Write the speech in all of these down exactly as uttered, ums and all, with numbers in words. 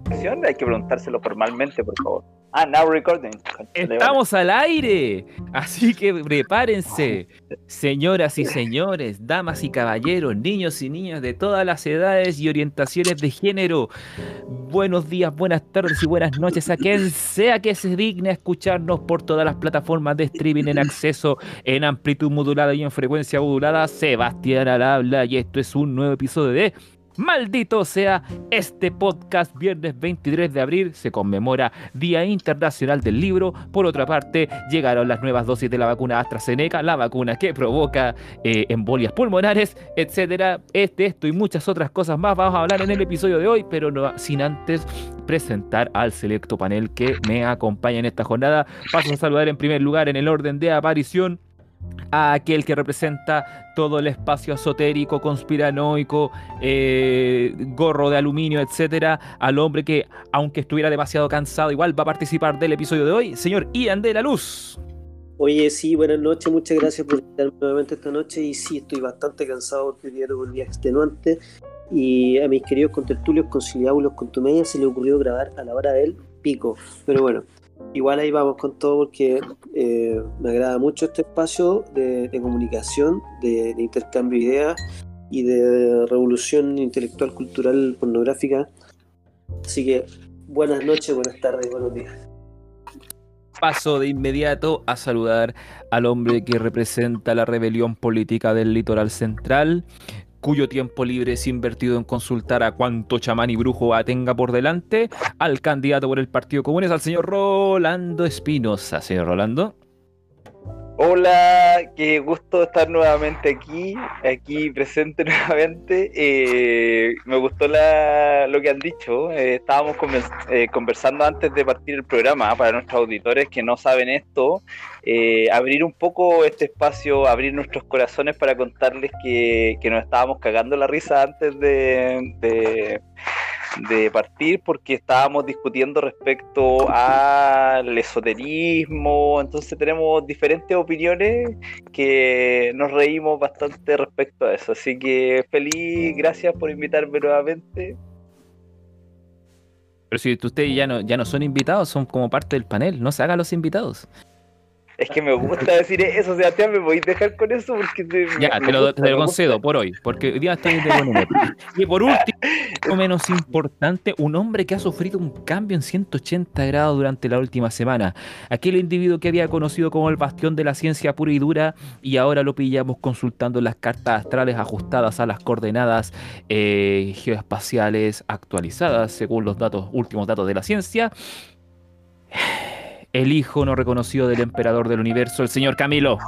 sección, hay que preguntárselo formalmente, por favor. Ah, now recording. Estamos al aire, así que prepárense, señoras y señores, damas y caballeros, niños y niñas de todas las edades y orientaciones de género. Buenos días, buenas tardes y buenas noches a quien sea que se digne a escucharnos por todas las plataformas de streaming en acceso, en amplitud modulada y en frecuencia modulada. Sebastián al habla y esto es un nuevo episodio de Maldito sea este podcast. Viernes veintitrés de abril se conmemora Día Internacional del Libro. Por otra parte, llegaron las nuevas dosis de la vacuna AstraZeneca, la vacuna que provoca eh, embolias pulmonares, etcétera. Este, esto y muchas otras cosas más vamos a hablar en el episodio de hoy, pero no sin antes presentar al selecto panel que me acompaña en esta jornada. Paso a saludar en primer lugar en el orden de aparición a aquel que representa todo el espacio esotérico, conspiranoico, eh, gorro de aluminio, etcétera, al hombre que, aunque estuviera demasiado cansado, igual va a participar del episodio de hoy, señor Ian de la Luz. Oye, sí, buenas noches, muchas gracias por estar nuevamente esta noche, y sí, estoy bastante cansado porque hoy día tuve un día extenuante, y a mis queridos contertulios conciliábulos con tu media se le ocurrió grabar a la hora del pico, pero bueno. Igual ahí vamos con todo porque eh, me agrada mucho este espacio de, de comunicación, de, de intercambio de ideas y de revolución intelectual, cultural, pornográfica. Así que buenas noches, buenas tardes, buenos días. Paso de inmediato a saludar al hombre que representa la rebelión política del litoral central, cuyo tiempo libre es invertido en consultar a cuánto chamán y brujo tenga por delante, al candidato por el Partido Comunes, al señor Rolando Espinosa. Señor Rolando. Hola, qué gusto estar nuevamente aquí, aquí presente nuevamente. Eh, me gustó la, lo que han dicho. Eh, estábamos convers- eh, conversando antes de partir el programa, para nuestros auditores que no saben esto, eh, abrir un poco este espacio, abrir nuestros corazones para contarles que, que nos estábamos cagando la risa antes de... de de partir, porque estábamos discutiendo respecto al esoterismo. Entonces tenemos diferentes opiniones que nos reímos bastante respecto a eso, así que feliz, gracias por invitarme nuevamente. Pero si ustedes ya no, ya no son invitados, son como parte del panel, no se hagan los invitados. Es que me gusta decir eso, Sebastián, ¿me podéis dejar con eso? Porque te, ya, me, te lo, gusta, te lo concedo por hoy, porque hoy día estoy de buen humor. Y por último, no menos importante, un hombre que ha sufrido un cambio en ciento ochenta grados durante la última semana. Aquel individuo que había conocido como el bastión de la ciencia pura y dura, y ahora lo pillamos consultando las cartas astrales ajustadas a las coordenadas eh, geoespaciales actualizadas según los datos, últimos datos de la ciencia. El hijo no reconocido del emperador del universo, el señor Camilo.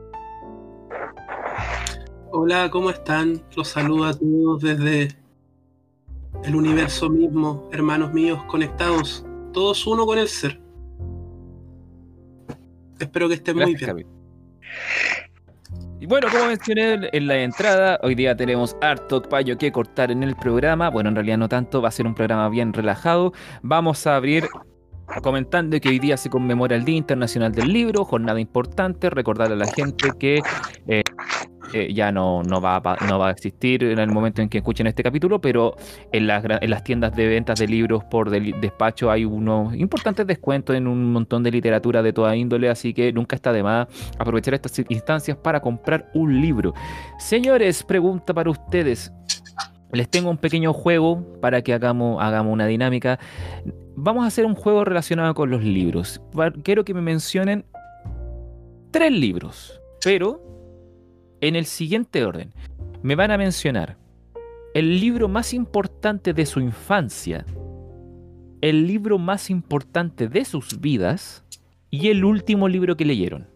Hola, ¿cómo están? Los saludo a todos desde el universo mismo, hermanos míos, conectados, todos uno con el ser. Espero que estén muy bien. Camilo. Y bueno, como mencioné en la entrada, hoy día tenemos harto payo que cortar en el programa. Bueno, en realidad no tanto, va a ser un programa bien relajado. Vamos a abrir comentando que hoy día se conmemora el Día Internacional del Libro, jornada importante, recordarle a la gente que eh, eh, ya no, no, va a, no va a existir en el momento en que escuchen este capítulo, pero en las, en las tiendas de ventas de libros por del, despacho hay unos importantes descuentos en un montón de literatura de toda índole, así que nunca está de más aprovechar estas instancias para comprar un libro. Señores, pregunta para ustedes. Les tengo un pequeño juego para que hagamos, hagamos una dinámica. Vamos a hacer un juego relacionado con los libros. Quiero que me mencionen tres libros, pero en el siguiente orden. Me van a mencionar el libro más importante de su infancia, el libro más importante de sus vidas y el último libro que leyeron.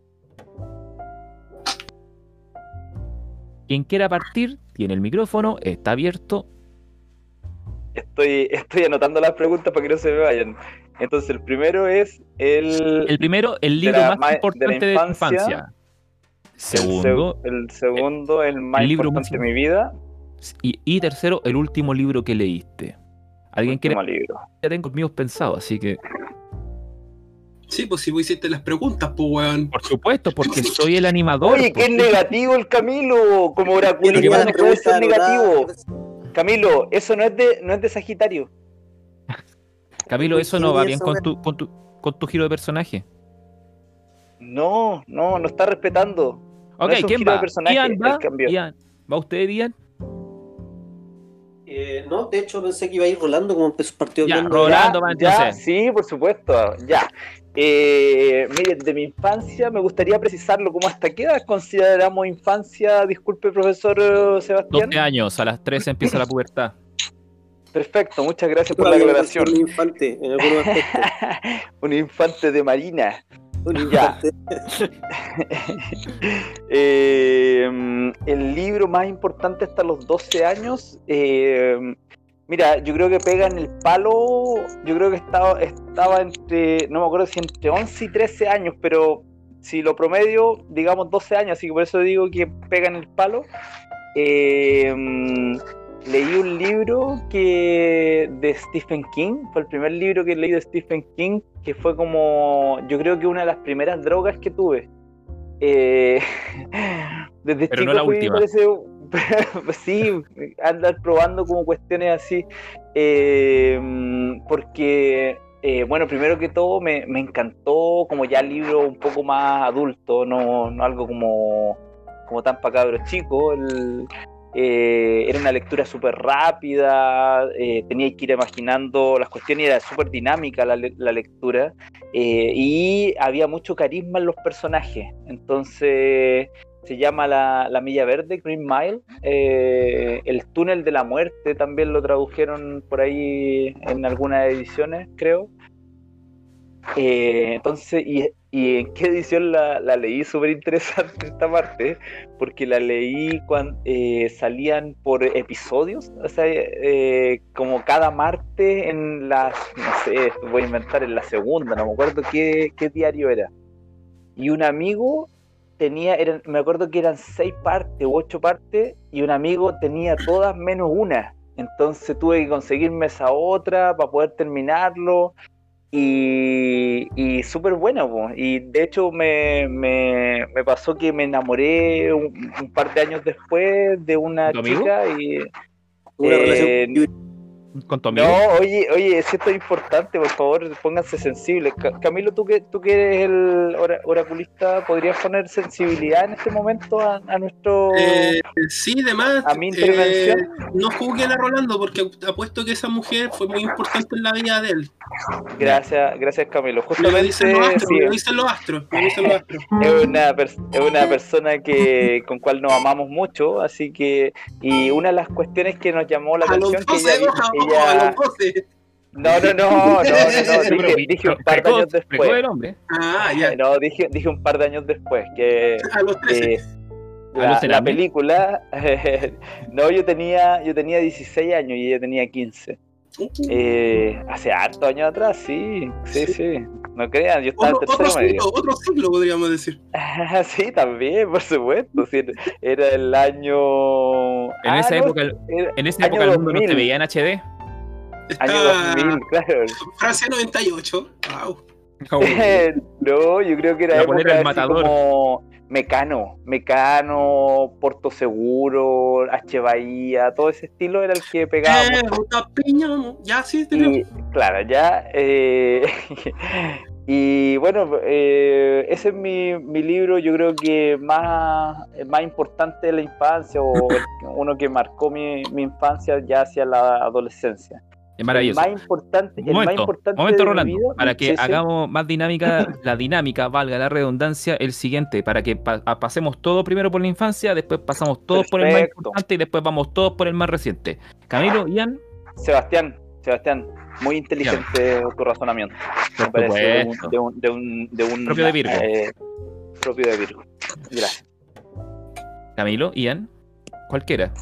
Quien quiera partir, tiene el micrófono, está abierto. Estoy, estoy anotando las preguntas para que no se me vayan. Entonces, el primero es el... El primero, el libro más ma- importante de, de tu infancia. Segundo, el, se, el segundo, el más el importante de mi vida. Y, y tercero, el último libro que leíste. ¿Alguien quiere? Libro. Ya tengo los míos pensados, así que... Sí, pues si vos hiciste las preguntas, pues weón. Por supuesto, porque soy el animador. Oye, que es negativo el Camilo, como oraculista no puede ser negativo. Camilo, eso no es de, no es de Sagitario. Camilo, eso no va bien Esa con weá. tu, con tu, con tu giro de personaje. No, no, no está respetando. Ok, no es un ¿quién giro de va? personaje, Ian él va. cambió. Ian. ¿Va usted, Ian? Eh, no, de hecho pensé que iba a ir rolando como empezó partido Ya, hablando. Rolando Ya, va ya, entonces. sí, por supuesto, ya. Eh, miren, de mi infancia me gustaría precisarlo, como hasta qué edad consideramos infancia, disculpe profesor eh, Sebastián. doce años, a las trece empieza la pubertad. Perfecto, muchas gracias por la Todavía me aclaración. considero un infante en algunos aspectos. Un infante de marina. Un Ya. infante. Eh, el libro más importante hasta los doce años, eh, mira, yo creo que pega en el palo, yo creo que estaba, estaba entre, no me acuerdo si entre once y trece años, pero si lo promedio, digamos doce años, así que por eso digo que pega en el palo. Eh, leí un libro que de Stephen King, fue el primer libro que leí de Stephen King, que fue como, yo creo que una de las primeras drogas que tuve. Eh, desde Pero chico no la fui, última. parece, sí, andar probando como cuestiones así, eh, porque, eh, bueno, primero que todo me, me encantó como ya libro un poco más adulto, no, no algo como, como tan para cabros chicos. El, eh, era una lectura súper rápida, eh, tenía que ir imaginando las cuestiones, era súper dinámica la, la lectura, eh, y había mucho carisma en los personajes. Entonces se llama La, la Milla Verde, Green Mile. Eh, el Túnel de la Muerte también lo tradujeron por ahí en algunas ediciones, creo. Eh, entonces, y, y en qué edición la, la leí, súper interesante esta parte, porque la leí cuando eh, salían por episodios, o sea, eh, como cada martes en las, no sé, voy a inventar, en la segunda, no me acuerdo qué, qué diario era. Y un amigo tenía, eran, me acuerdo que eran seis partes u ocho partes, y un amigo tenía todas menos una. Entonces tuve que conseguirme esa otra para poder terminarlo. Y, y súper bueno, po. Y de hecho me, me, me pasó que me enamoré un, un par de años después de una ¿Tu amigo? chica y Una eh, relación. ¿Con tu amigo? no, oye, oye, si esto es importante, por favor, pónganse sensibles. Ca- Camilo, tú que, tú que eres el ora- oraculista, ¿podrías poner sensibilidad en este momento a, a nuestro Eh, sí, además, a mi eh, intervención? no juzguen a Rolando porque apuesto que esa mujer fue muy importante en la vida de él. Gracias, gracias Camilo. Me lo dicen los Justamente astros, sí, me lo dicen los astros, me lo dicen los astros. es una, pers- es una persona que con cual nos amamos mucho, así que, y una de las cuestiones que nos llamó la A los atención que ella, doce, vi- ojo, ojo, a ella los doce. no, no, no, no, no, no, Pero dije, pi- dije un pre- par de precoz- años precoz después, el hombre. Ah, ya, no, dije, dije un par de años después, que a los trece. eh, ¿A la, los la terapias? película, no, yo tenía, yo tenía dieciséis años y ella tenía quince. Eh, hace hartos años atrás, sí, sí, Sí. sí, no crean, yo estaba Otro, en otro tercero medio. siglo, otro siglo podríamos decir. Ah, sí, también, por supuesto. Sí, era el año. En ah, esa no, época, el- era en esa año época el mundo no dos mil. se veía en H D. Año dos mil, Está claro. Francia noventa y ocho. Wow. No, yo creo que era La polera época del así Matador. como Mecano, Mecano, Porto Seguro, H Bahía, todo ese estilo era el que pegaba Eh, mucho. Ruta Piña, ya sí, te creo. Y claro, ya. eh, y bueno, eh, ese es mi, mi libro, yo creo que más, más importante de la infancia, o el- uno que marcó mi, mi infancia ya hacia la adolescencia. Es maravilloso. El más importante, Un el más momento, importante momento de mi Rolando, vida. para que Sí, sí. hagamos más dinámica, la dinámica, valga la redundancia, el siguiente, para que pa- a- pasemos todo primero por la infancia, después pasamos todos por el más Perfecto. importante y después vamos todos por el más reciente. Camilo, Ian, Sebastián, Sebastián, muy inteligente tu razonamiento. Me por parece de un, supuesto. de un, de un, de un- Propio de Virgo. eh, propio de Virgo. Gracias. Camilo, Ian, cualquiera.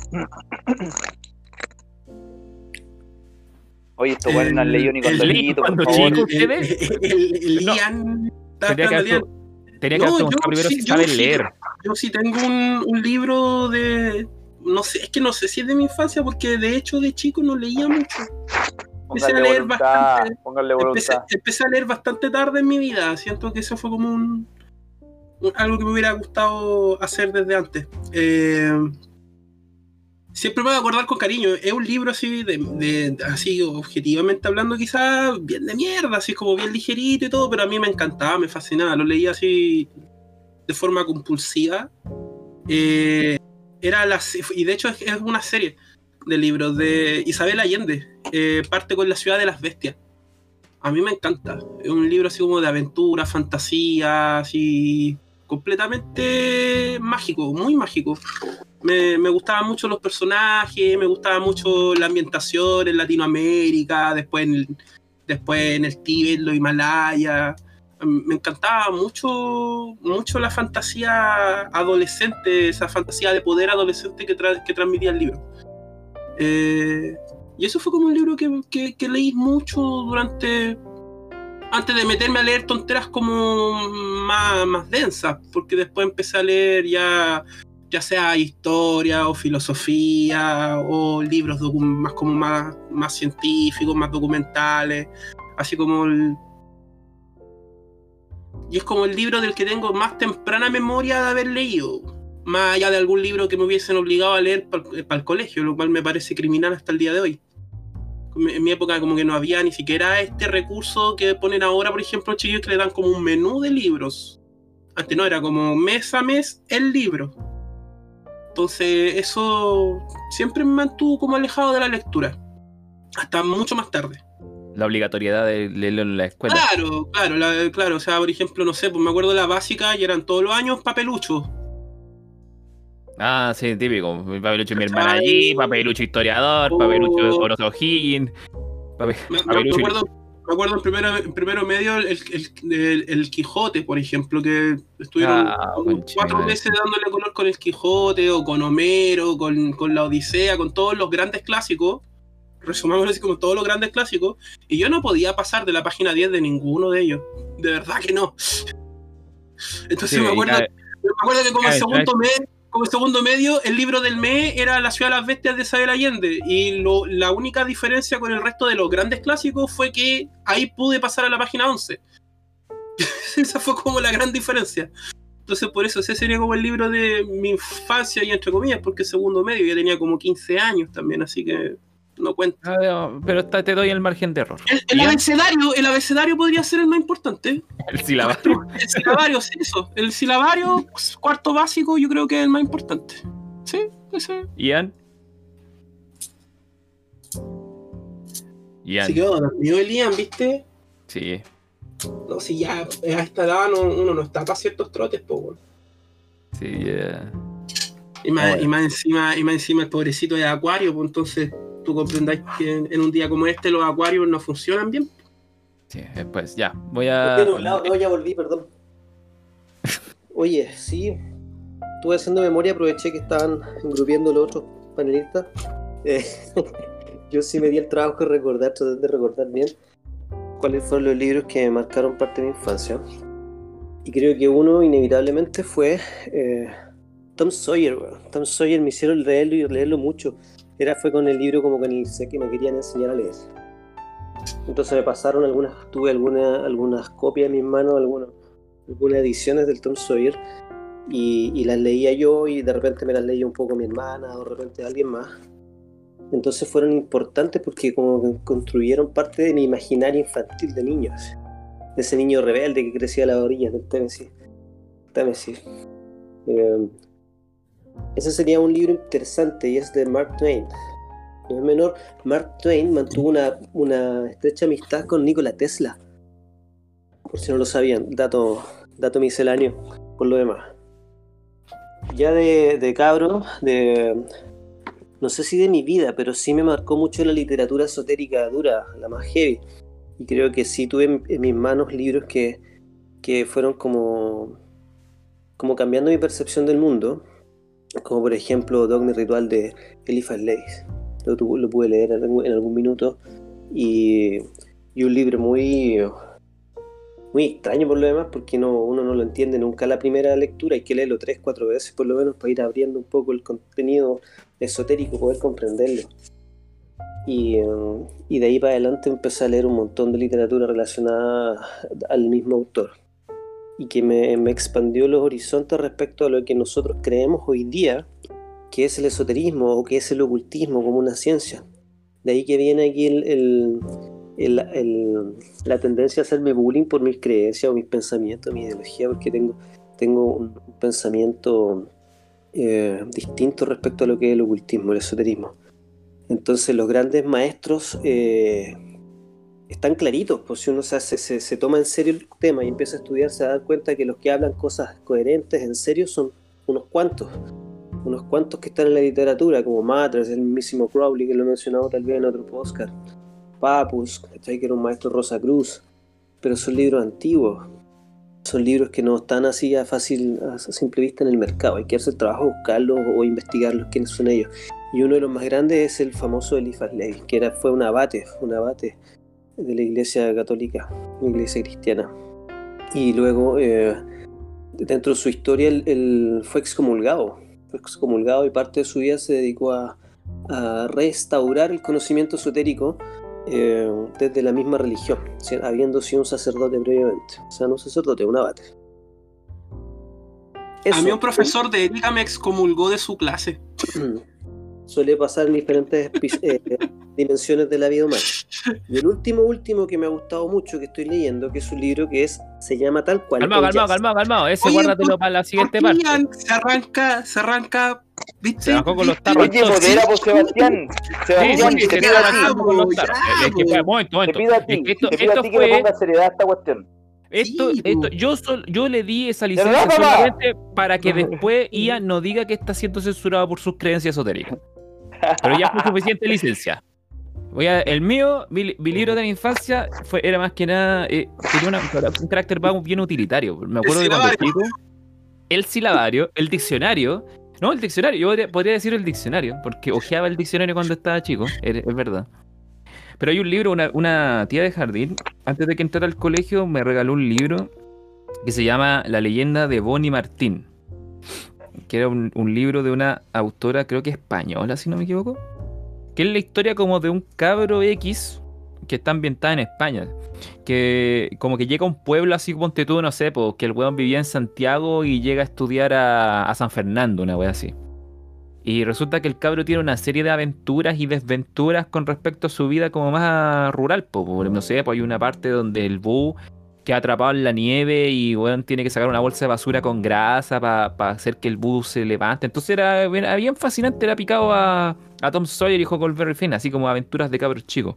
Oye, estos buenos no han leído ni cuando el- chiquito, por cuando favor. chico. El, el, el, el No. Ian está Tenía que haber, esperando tenía que No, haber yo preguntado primero sí, si yo saben sí. leer. Yo sí tengo un, un libro de. No sé, es que no sé si es de mi infancia, porque de hecho de chico no leía mucho. Empecé a Pónganle leer voluntad, bastante. pónganle Empecé, voluntad. empecé a leer bastante tarde en mi vida. Siento que eso fue como un, un- algo que me hubiera gustado hacer desde antes. Eh, siempre me voy a acordar con cariño. Es un libro así, de, de así objetivamente hablando, quizás bien de mierda, así como bien ligerito y todo, pero a mí me encantaba, me fascinaba. Lo leía así de forma compulsiva. Eh, era la, y de hecho es, es una serie de libros de Isabel Allende. Eh, parte con La ciudad de las bestias. A mí me encanta. Es un libro así como de aventura, fantasía, así completamente mágico, muy mágico. Me, me gustaban mucho los personajes, me gustaba mucho la ambientación en Latinoamérica, después en el, después en el Tíbet, los Himalayas. Me encantaba mucho, mucho la fantasía adolescente, esa fantasía de poder adolescente que, tra- que transmitía el libro. Eh, y eso fue como un libro que, que, que leí mucho durante... antes de meterme a leer tonteras como más, más densas, porque después empecé a leer ya... ya sea historia o filosofía o libros docu- más como más, más científicos, más documentales, así como el... y es como el libro del que tengo más temprana memoria de haber leído, más allá de algún libro que me hubiesen obligado a leer para el colegio, lo cual me parece criminal hasta el día de hoy. En mi época como que no había ni siquiera este recurso que ponen ahora, por ejemplo, chiquillos que le dan como un menú de libros. Antes no, era como mes a mes el libro. Entonces eso siempre me mantuvo como alejado de la lectura, hasta mucho más tarde. La obligatoriedad de leerlo en la escuela. Claro, claro, la, claro, o sea, por ejemplo, no sé, pues me acuerdo de la básica y eran todos los años papeluchos. Ah, sí, típico. Papelucho mi hermana allí, Papelucho historiador, Papelucho O... Orozo O'Higgins, pape, me, me, Papelucho... me acuerdo, me acuerdo en primero, en primero medio el, el, el, el Quijote, por ejemplo, que estuvieron Ah, como cuatro meses dándole color con el Quijote, o con Homero, con, con la Odisea, con todos los grandes clásicos. Resumámoslo así como todos los grandes clásicos, y yo no podía pasar de la página diez de ninguno de ellos, de verdad que no. Entonces sí, me, acuerdo, cae, me acuerdo que como cae, el segundo mes, como el segundo medio, el libro del mes era La ciudad de las bestias de Isabel Allende, y lo, la única diferencia con el resto de los grandes clásicos fue que ahí pude pasar a la página once. Esa fue como la gran diferencia. Entonces por eso ese sería como el libro de mi infancia, y entre comillas, porque segundo medio ya tenía como quince años también, así que no cuenta. Ah, pero está, te doy el margen de error. El, el abecedario, el abecedario podría ser el más importante. El silabario. El silabario, sí, eso. El silabario, cuarto básico, yo creo que es el más importante. Sí, ese. Ian. Ian. Sí, quedó dormido el Ian, ¿viste? Sí. No, si ya a esta edad no, uno no está para ciertos trotes, pues, bueno. Sí, ya. Yeah. Y más, oh, y más encima, y más encima el pobrecito de acuario, pues entonces tú comprendáis que en, en un día como este los acuarios no funcionan bien. Sí, pues ya, voy a... No, no, ya volví, perdón. Oye, sí, estuve haciendo memoria, aproveché que estaban engrupiendo los otros panelistas. Eh, yo sí me di el trabajo de recordar, tratar de recordar bien cuáles fueron los libros que me marcaron parte de mi infancia. Y creo que uno inevitablemente fue eh, Tom Sawyer, bro. Tom Sawyer me hicieron leerlo y leerlo mucho. Era, fue con el libro como con el sé que me querían enseñar a leer. Entonces me pasaron algunas, tuve alguna, algunas copias en mis manos, algunas, algunas ediciones del Tom Sawyer, y, y las leía yo, y de repente me las leía un poco mi hermana, o de repente alguien más. Entonces fueron importantes porque como que construyeron parte de mi imaginario infantil de niños. De ese niño rebelde que crecía a las orillas del Tennessee. Tennessee. Eh, ese sería un libro interesante, y es de Mark Twain. No es menor, Mark Twain mantuvo una, una estrecha amistad con Nikola Tesla. Por si no lo sabían, dato, dato misceláneo por lo demás. Ya de, de cabro, de, no sé si de mi vida, pero sí me marcó mucho la literatura esotérica dura, la más heavy. Y creo que sí tuve en, en mis manos libros que, que fueron como, como cambiando mi percepción del mundo. Como por ejemplo Dogma y Ritual de Eliphas Levis. Lo, lo pude leer en, en algún minuto. Y, y un libro muy, muy extraño por lo demás, porque no, uno no lo entiende nunca a la primera lectura. Hay que leerlo tres, cuatro veces por lo menos para ir abriendo un poco el contenido esotérico, poder comprenderlo. Y, y de ahí para adelante empecé a leer un montón de literatura relacionada al mismo autor, y que me, me expandió los horizontes respecto a lo que nosotros creemos hoy día, que qué es el esoterismo o qué es el ocultismo como una ciencia. De ahí que viene aquí el, el, el, el, la tendencia a hacerme bullying por mis creencias o mis pensamientos, mi ideología, porque tengo, tengo un pensamiento eh, distinto respecto a lo que es el ocultismo, el esoterismo. Entonces los grandes maestros eh, están claritos, pues si uno se, hace, se, se toma en serio el tema y empieza a estudiar, se da cuenta que los que hablan cosas coherentes en serio son unos cuantos. Unos cuantos que están en la literatura, como Matters, el mismísimo Crowley, que lo he mencionado tal vez en otro podcast, Papus, que era un maestro Rosacruz, pero son libros antiguos, son libros que no están así a fácil, a simple vista en el mercado, hay que hacer trabajo, buscarlos o investigarlos, quiénes son ellos. Y uno de los más grandes es el famoso Eliphas Levi, que era, fue un abate, un abate de la iglesia católica, la iglesia cristiana. Y luego, eh, dentro de su historia, él, él fue excomulgado, fue excomulgado y parte de su vida se dedicó a, a restaurar el conocimiento esotérico eh, desde la misma religión, habiendo sido un sacerdote previamente. O sea, no un sacerdote, un abate. Eso. A mí un profesor de ética me excomulgó de su clase. Suele pasar en diferentes eh, dimensiones de la vida humana. Y el último, último que me ha gustado mucho, que estoy leyendo, que es un libro que es, se llama tal cual. Calmado, calmado, calmado, calmado. Ese Oye, guárdatelo para la siguiente parte. Se arranca, se arranca, ¿viste? Se bajó con los tarros. Oye, modera por Sebastián. Sebastián, sí, sí, te pido a ti. Es que fue, momento, momento. Te pido a ti, esto, te pido esto a ti que fue... le pongas seriedad a esta cuestión. Esto, sí, esto, yo, sol, yo le di esa licencia no, solamente para que después Ian no diga que está siendo censurado por sus creencias esotéricas. Pero ya fue suficiente licencia. Voy a, el mío, mi, mi libro de la infancia, fue, era más que nada, eh, tenía una, un carácter bien utilitario. Me acuerdo de cuando chico, el silabario, el diccionario, no, el diccionario, yo podría, podría decir el diccionario, porque ojeaba el diccionario cuando estaba chico, es, es verdad. Pero hay un libro, una, una tía de jardín, antes de que entrara al colegio, me regaló un libro que se llama La leyenda de Bonnie Martín, que era un, un libro de una autora, creo que española, si no me equivoco, que es la historia como de un cabro X que está ambientada en España, que como que llega a un pueblo así, ponte tú, no sé, pues, que el weón vivía en Santiago y llega a estudiar a, a San Fernando, una wea así. Y resulta que el cabro tiene una serie de aventuras y desventuras con respecto a su vida como más rural, pues, no sé, pues hay una parte donde el búho queda atrapado en la nieve y bueno, tiene que sacar una bolsa de basura con grasa para pa hacer que el búho se levante. Entonces era, era bien fascinante, era picado a, a Tom Sawyer y Huckleberry Finn, así como aventuras de cabros chicos.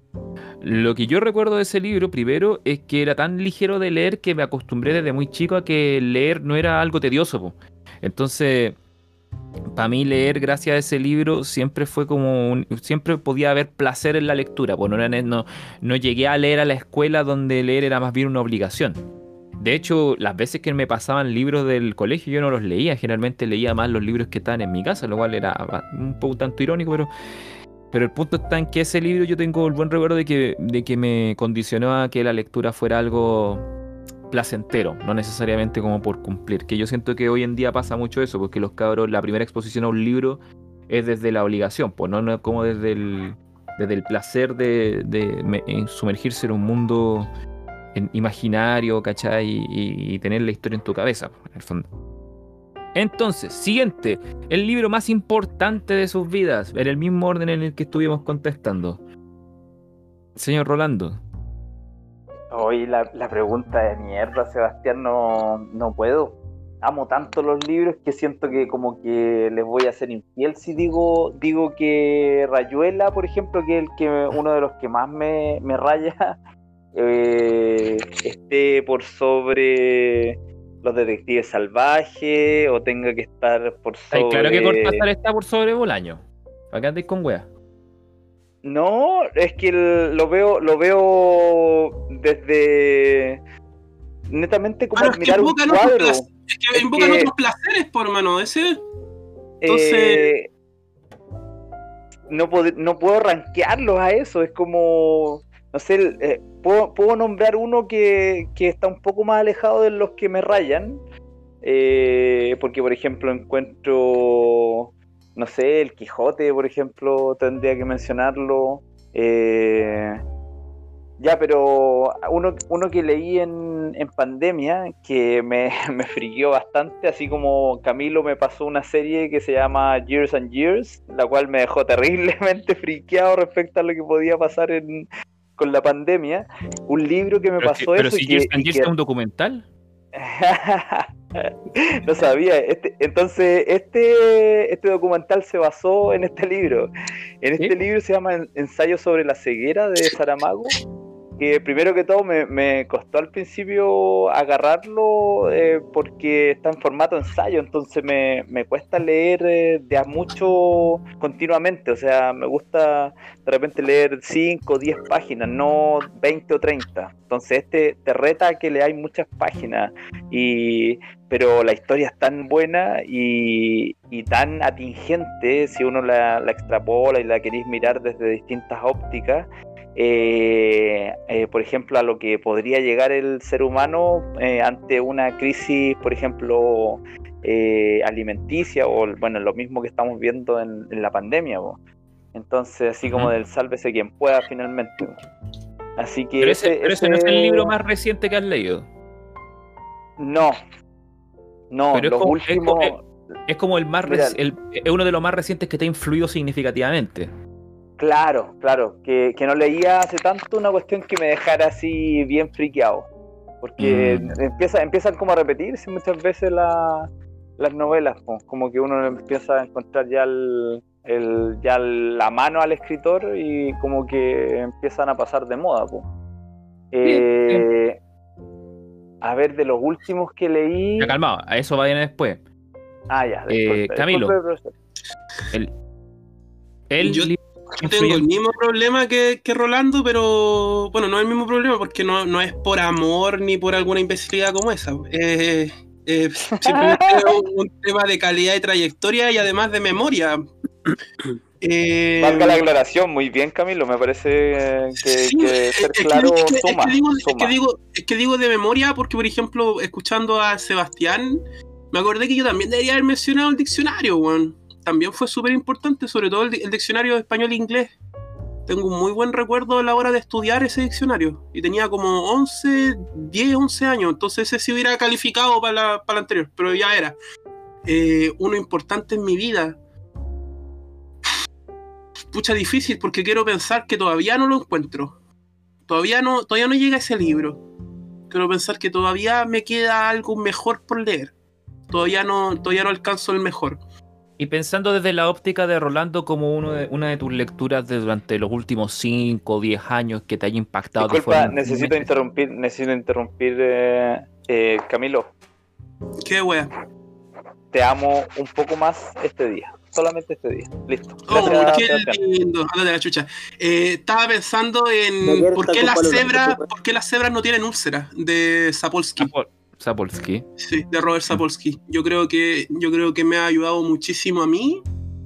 Lo que yo recuerdo de ese libro, primero, es que era tan ligero de leer que me acostumbré desde muy chico a que leer no era algo tedioso, po. Entonces, para mí leer gracias a ese libro siempre fue como un, siempre podía haber placer en la lectura, pues no, era, no, no llegué a leer a la escuela donde leer era más bien una obligación. De hecho, las veces que me pasaban libros del colegio yo no los leía, generalmente leía más los libros que estaban en mi casa, lo cual era un poco tanto irónico, pero, pero el punto está en que ese libro yo tengo el buen recuerdo de que, de que me condicionó a que la lectura fuera algo placentero, no necesariamente como por cumplir, que yo siento que hoy en día pasa mucho eso, porque los cabros, la primera exposición a un libro es desde la obligación, pues no, no como desde el, desde el placer de, de, de sumergirse en un mundo en imaginario, ¿cachai? Y, y, y tener la historia en tu cabeza, en el fondo. Entonces, siguiente, el libro más importante de sus vidas, en el mismo orden en el que estuvimos contestando. Señor Rolando. Hoy la, la pregunta de mierda, Sebastián, no, no puedo. Amo tanto los libros que siento que como que les voy a ser infiel si digo digo que Rayuela, por ejemplo, que es el que uno de los que más me, me raya, eh, esté por sobre Los Detectives Salvajes o tenga que estar por sobre... Ay, claro que Cortázar está por sobre Bolaño. ¿Para qué andáis con wea? No, es que el, lo veo lo veo desde netamente como bueno, es mirar que un cuadro. Es que es invocan que, otros placeres, por mano, ese. Entonces... Eh, no, pod- no puedo rankearlos a eso, es como... No sé, eh, puedo, puedo nombrar uno que, que está un poco más alejado de los que me rayan, eh, porque por ejemplo encuentro... No sé, el Quijote, por ejemplo, tendría que mencionarlo. Eh, Ya, pero uno, uno que leí en, en pandemia que me, me friqueó bastante, así como Camilo me pasó una serie que se llama Years and Years, la cual me dejó terriblemente friqueado respecto a lo que podía pasar en, con la pandemia. Un libro que me Pero, pasó que, pero eso si y Years que... and y Years que... es un documental. No sabía. Este, entonces, este, este documental se basó en este libro. En este ¿Sí? libro se llama Ensayo sobre la ceguera de Saramago. Que primero que todo me, me costó al principio agarrarlo eh, porque está en formato ensayo, entonces me, me cuesta leer eh, de a mucho continuamente, o sea, me gusta de repente leer cinco o diez páginas, no veinte o treinta, entonces este te reta a que leáis muchas páginas, y, pero la historia es tan buena y, y tan atingente si uno la, la extrapola y la queréis mirar desde distintas ópticas. Eh, eh, por ejemplo, a lo que podría llegar el ser humano eh, ante una crisis, por ejemplo, eh, alimenticia, o bueno, lo mismo que estamos viendo en, en la pandemia, po. Entonces, así como Ujú. del sálvese quien pueda finalmente, po. Así que Pero, ese, ese, pero ese no es el libro más reciente que has leído. no, no, Pero es los como, es, co- últimos, es- es como el más mira, reci- el- es uno de los más recientes que te ha influido significativamente. claro, claro, que, que no leía hace tanto una cuestión que me dejara así bien friqueado. Porque Mm. empieza, empiezan como a repetirse muchas veces la, las novelas, po. Como que uno empieza a encontrar ya, el, el, ya la mano al escritor y como que empiezan a pasar de moda, po. Sí, sí. Eh, a ver, de los últimos que leí... Ya calmado, a eso va a venir después. Ah, ya, Eh, disculpe, Camilo. disculpe, profesor. El, el Yo- libro Yo tengo el influyente- mismo problema que, que Rolando, pero bueno, no es el mismo problema porque no, no es por amor ni por alguna imbecilidad como esa. Eh, eh, simplemente es un, un tema de calidad y trayectoria y además de memoria. Eh, Valga la aclaración, muy bien, Camilo, me parece eh, que, sí, que es ser que- claro es que- es que suma, digo- es que suma. digo- es que digo de memoria porque, por ejemplo, escuchando a Sebastián, me acordé que yo también debería haber mencionado el diccionario, weón. También fue súper importante, sobre todo el, di- el diccionario de español e inglés. Tengo un muy buen recuerdo a la hora de estudiar ese diccionario. Y tenía como once, diez, once años. Entonces ese sí hubiera calificado para la, para la anterior, pero ya era. Eh, uno importante en mi vida. Pucha, difícil porque quiero pensar que todavía no lo encuentro. Todavía no, todavía no llega ese libro. Quiero pensar que todavía me queda algo mejor por leer. Todavía no, todavía no alcanzo el mejor. Y pensando desde la óptica de Rolando como uno de, una de tus lecturas de durante los últimos cinco o diez años que te haya impactado de Disculpa, forma necesito influyente. interrumpir, necesito interrumpir, eh, eh, Camilo. Qué wea. Te amo un poco más este día, solamente este día. Listo. Oh, Gracias, qué Sebastián. lindo. Ándate la chucha. Eh, estaba pensando Me en quiero por estar qué con las palo cebras, blanco, por qué las cebras no tienen úlceras de Sapolsky. Sapol- Sapolsky. Sí, de Robert Sapolsky. Yo creo que yo creo que me ha ayudado muchísimo a mí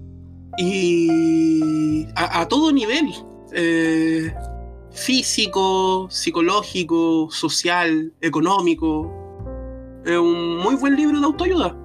y a, a todo nivel. Eh, físico, psicológico, social, económico. Es un muy buen libro de autoayuda.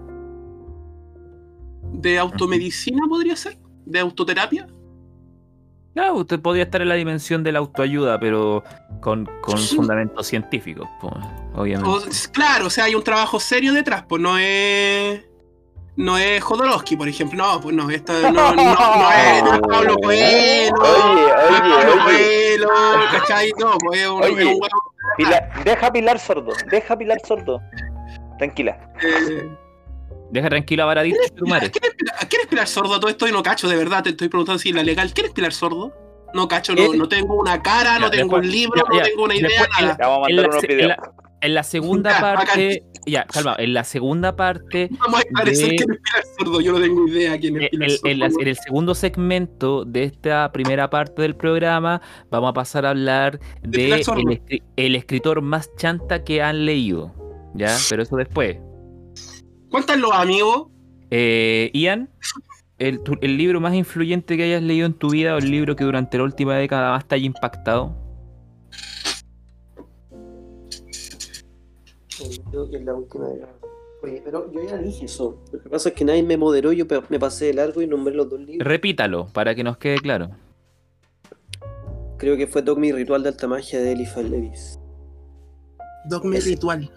De automedicina podría ser, de autoterapia. Claro, usted podría estar en la dimensión de la autoayuda, pero con, con fundamentos científicos, pues, obviamente. O- claro, o sea, hay un trabajo serio detrás, pues no es. No es Jodorowsky, por ejemplo. No, pues no, esta, no, no, no es, no es Pablo Coelho. Oye, no es oye, Pablo oye. Coelho, ¿cachai? No, pues es un, Oye. es un huevo. Pilar- deja a Pilar sordo, deja a Pilar sordo. Tranquila. Eh, Deja tranquila a Baradit, tu madre. ¿Quién es Pilar- quién es Pilar Sordo a todo esto? Y no cacho, de verdad, te estoy preguntando si la legal. ¿Quién es Pilar Sordo? No cacho, no, ¿Qué? no tengo una cara, no Ya, tengo después- un libro, ya, no ya, tengo una idea, después- nada. Te vamos a En mandar la, unos se- en videos. la- en la segunda Ya, parte, ya, calma, en la segunda parte, Vamos a esclarecer de- quién es Pilar Sordo, yo no tengo idea quién es en, Pilar en- Sordo. en la- en el segundo segmento de esta primera parte del programa, vamos a pasar a hablar De de Pilar Sordo. el, escri- el escritor más chanta que han leído, ¿ya? Pero eso después. Cuéntanos, amigos. Eh, Ian, el, tu- el libro más influyente que hayas leído en tu vida o el libro que durante la última década más te haya impactado. Creo que es la última de la... Oye, pero yo ya dije eso. Lo que pasa es que nadie me moderó, yo pe- me pasé de largo y nombré los dos libros. Repítalo para que nos quede claro. creo que fue Dogma y Ritual de Alta Magia de Eliphas Levis. Dogma y Ritual.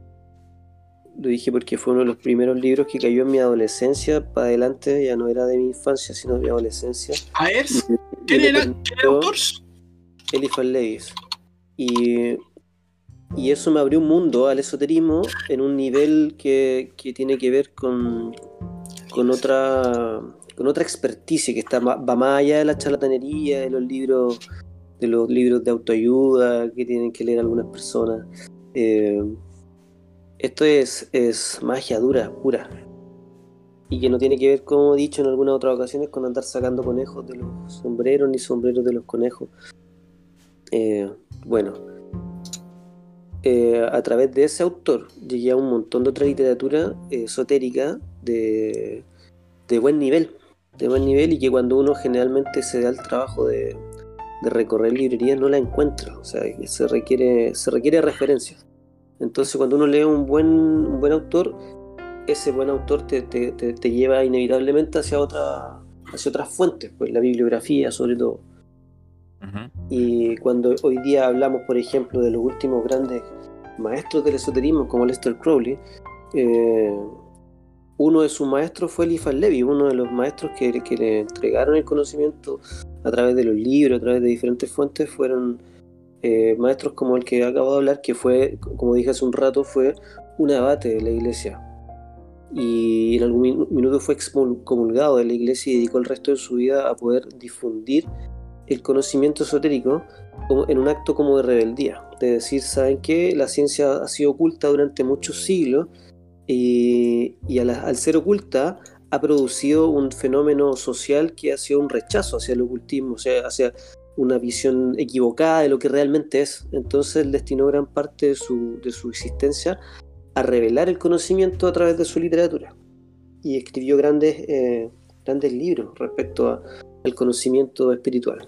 Lo dije porque fue uno de los primeros libros que cayó en mi adolescencia para adelante, ya no era de mi infancia, sino de mi adolescencia. A ver, ¿quién era el autor? Eliphas Levis. Y, y eso me abrió un mundo al esoterismo en un nivel que, que tiene que ver con, con otra con otra experticia que está, va más allá de la charlatanería, de los libros, de los libros de autoayuda que tienen que leer algunas personas. Eh, esto es, es magia dura, pura. Y que no tiene que ver, como he dicho en algunas otras ocasiones, con andar sacando conejos de los sombreros ni sombreros de los conejos. Eh, bueno, eh, a través de ese autor llegué a un montón de otra literatura eh, esotérica de, de buen nivel, de buen nivel y que cuando uno generalmente se da el trabajo de, de recorrer librerías no la encuentra, o sea, se requiere, se requiere referencias. Entonces cuando uno lee un buen, un buen autor, ese buen autor te, te, te, te lleva inevitablemente hacia, otra, hacia otras fuentes, pues la bibliografía sobre todo. Uh-huh. Y cuando hoy día hablamos, por ejemplo, de los últimos grandes maestros del esoterismo como Aleister Crowley, eh, uno de sus maestros fue Eliphas Levi, uno de los maestros que, que le entregaron el conocimiento a través de los libros, a través de diferentes fuentes, fueron eh, maestros como el que acabo de hablar, que fue, como dije hace un rato, fue un abate de la iglesia. Y en algún minuto fue excomulgado de la iglesia y dedicó el resto de su vida a poder difundir el conocimiento esotérico como en un acto como de rebeldía, de decir, ¿saben qué? La ciencia ha sido oculta durante muchos siglos y, y a la, al ser oculta ha producido un fenómeno social que ha sido un rechazo hacia el ocultismo, o sea, hacia una visión equivocada de lo que realmente es. Entonces él destinó gran parte de su, de su existencia a revelar el conocimiento a través de su literatura y escribió grandes, eh, grandes libros respecto a el conocimiento espiritual.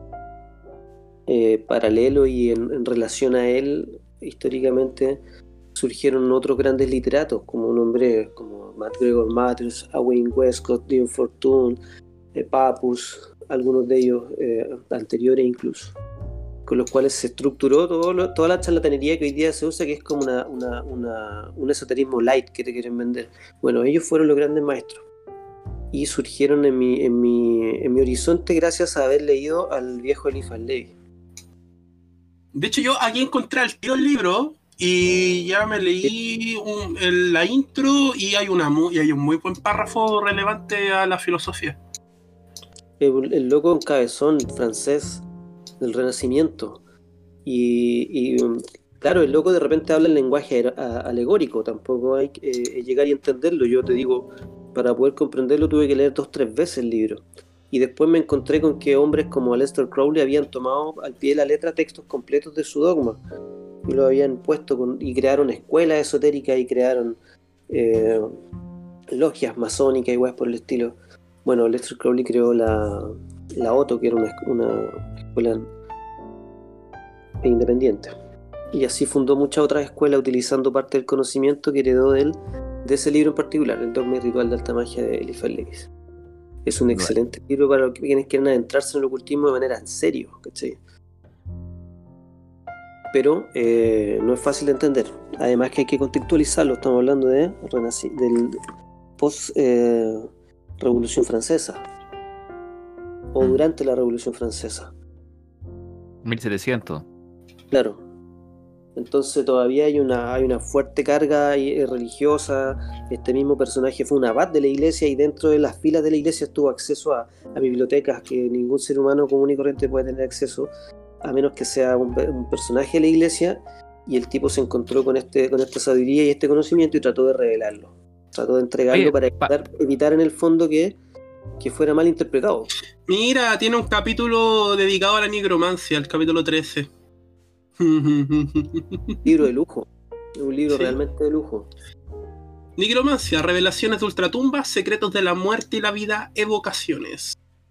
Eh, paralelo y en, en relación a él, históricamente surgieron otros grandes literatos, como un hombre como MacGregor Mathers, Owain Westcott, Dion Fortune, eh, Papus, algunos de ellos eh, anteriores incluso, con los cuales se estructuró todo lo, toda la charlatanería que hoy día se usa, que es como una, una, una, un esoterismo light que te quieren vender. Bueno, ellos fueron los grandes maestros y surgieron en mi, en mi, en mi horizonte gracias a haber leído al viejo Eliphas Levi. De hecho, yo aquí encontré el tío el libro y ya me leí un, el, la intro y hay, una muy, y hay un muy buen párrafo relevante a la filosofía. El, el loco en cabezón francés del Renacimiento y, y claro, el loco de repente habla en lenguaje alegórico, tampoco hay que eh, llegar y entenderlo. Yo te digo, para poder comprenderlo tuve que leer dos tres veces el libro y después me encontré con que hombres como Aleister Crowley habían tomado al pie de la letra textos completos de su dogma y lo habían puesto con, y crearon escuelas esotéricas y crearon eh, logias masónicas y weas por el estilo. Bueno, Aleister Crowley creó la, la Otto, que era una, una escuela independiente. Y así fundó muchas otras escuelas utilizando parte del conocimiento que heredó de él, de ese libro en particular, el Dogma y Ritual de Alta Magia de Eliphas Levis. Es un excelente bueno. libro para los que quieren adentrarse en el ocultismo de manera en serio, ¿cachai? Pero eh, no es fácil de entender. Además que hay que contextualizarlo. Estamos hablando de renaci- del post eh, Revolución Francesa o durante la Revolución Francesa. mil setecientos. Claro. Entonces todavía hay una, hay una fuerte carga religiosa. Este mismo personaje fue un abad de la iglesia y dentro de las filas de la iglesia tuvo acceso a, a bibliotecas que ningún ser humano común y corriente puede tener acceso, a menos que sea un, un personaje de la iglesia, y el tipo se encontró con, este, con esta sabiduría y este conocimiento y trató de revelarlo. Trató de entregarlo Oye, para evitar, pa- evitar en el fondo que, que fuera mal interpretado. Mira, tiene un capítulo dedicado a la nigromancia, el capítulo trece. Libro de lujo, un libro sí. realmente de lujo. Nigromancia, revelaciones de ultratumbas, secretos de la muerte y la vida, evocaciones.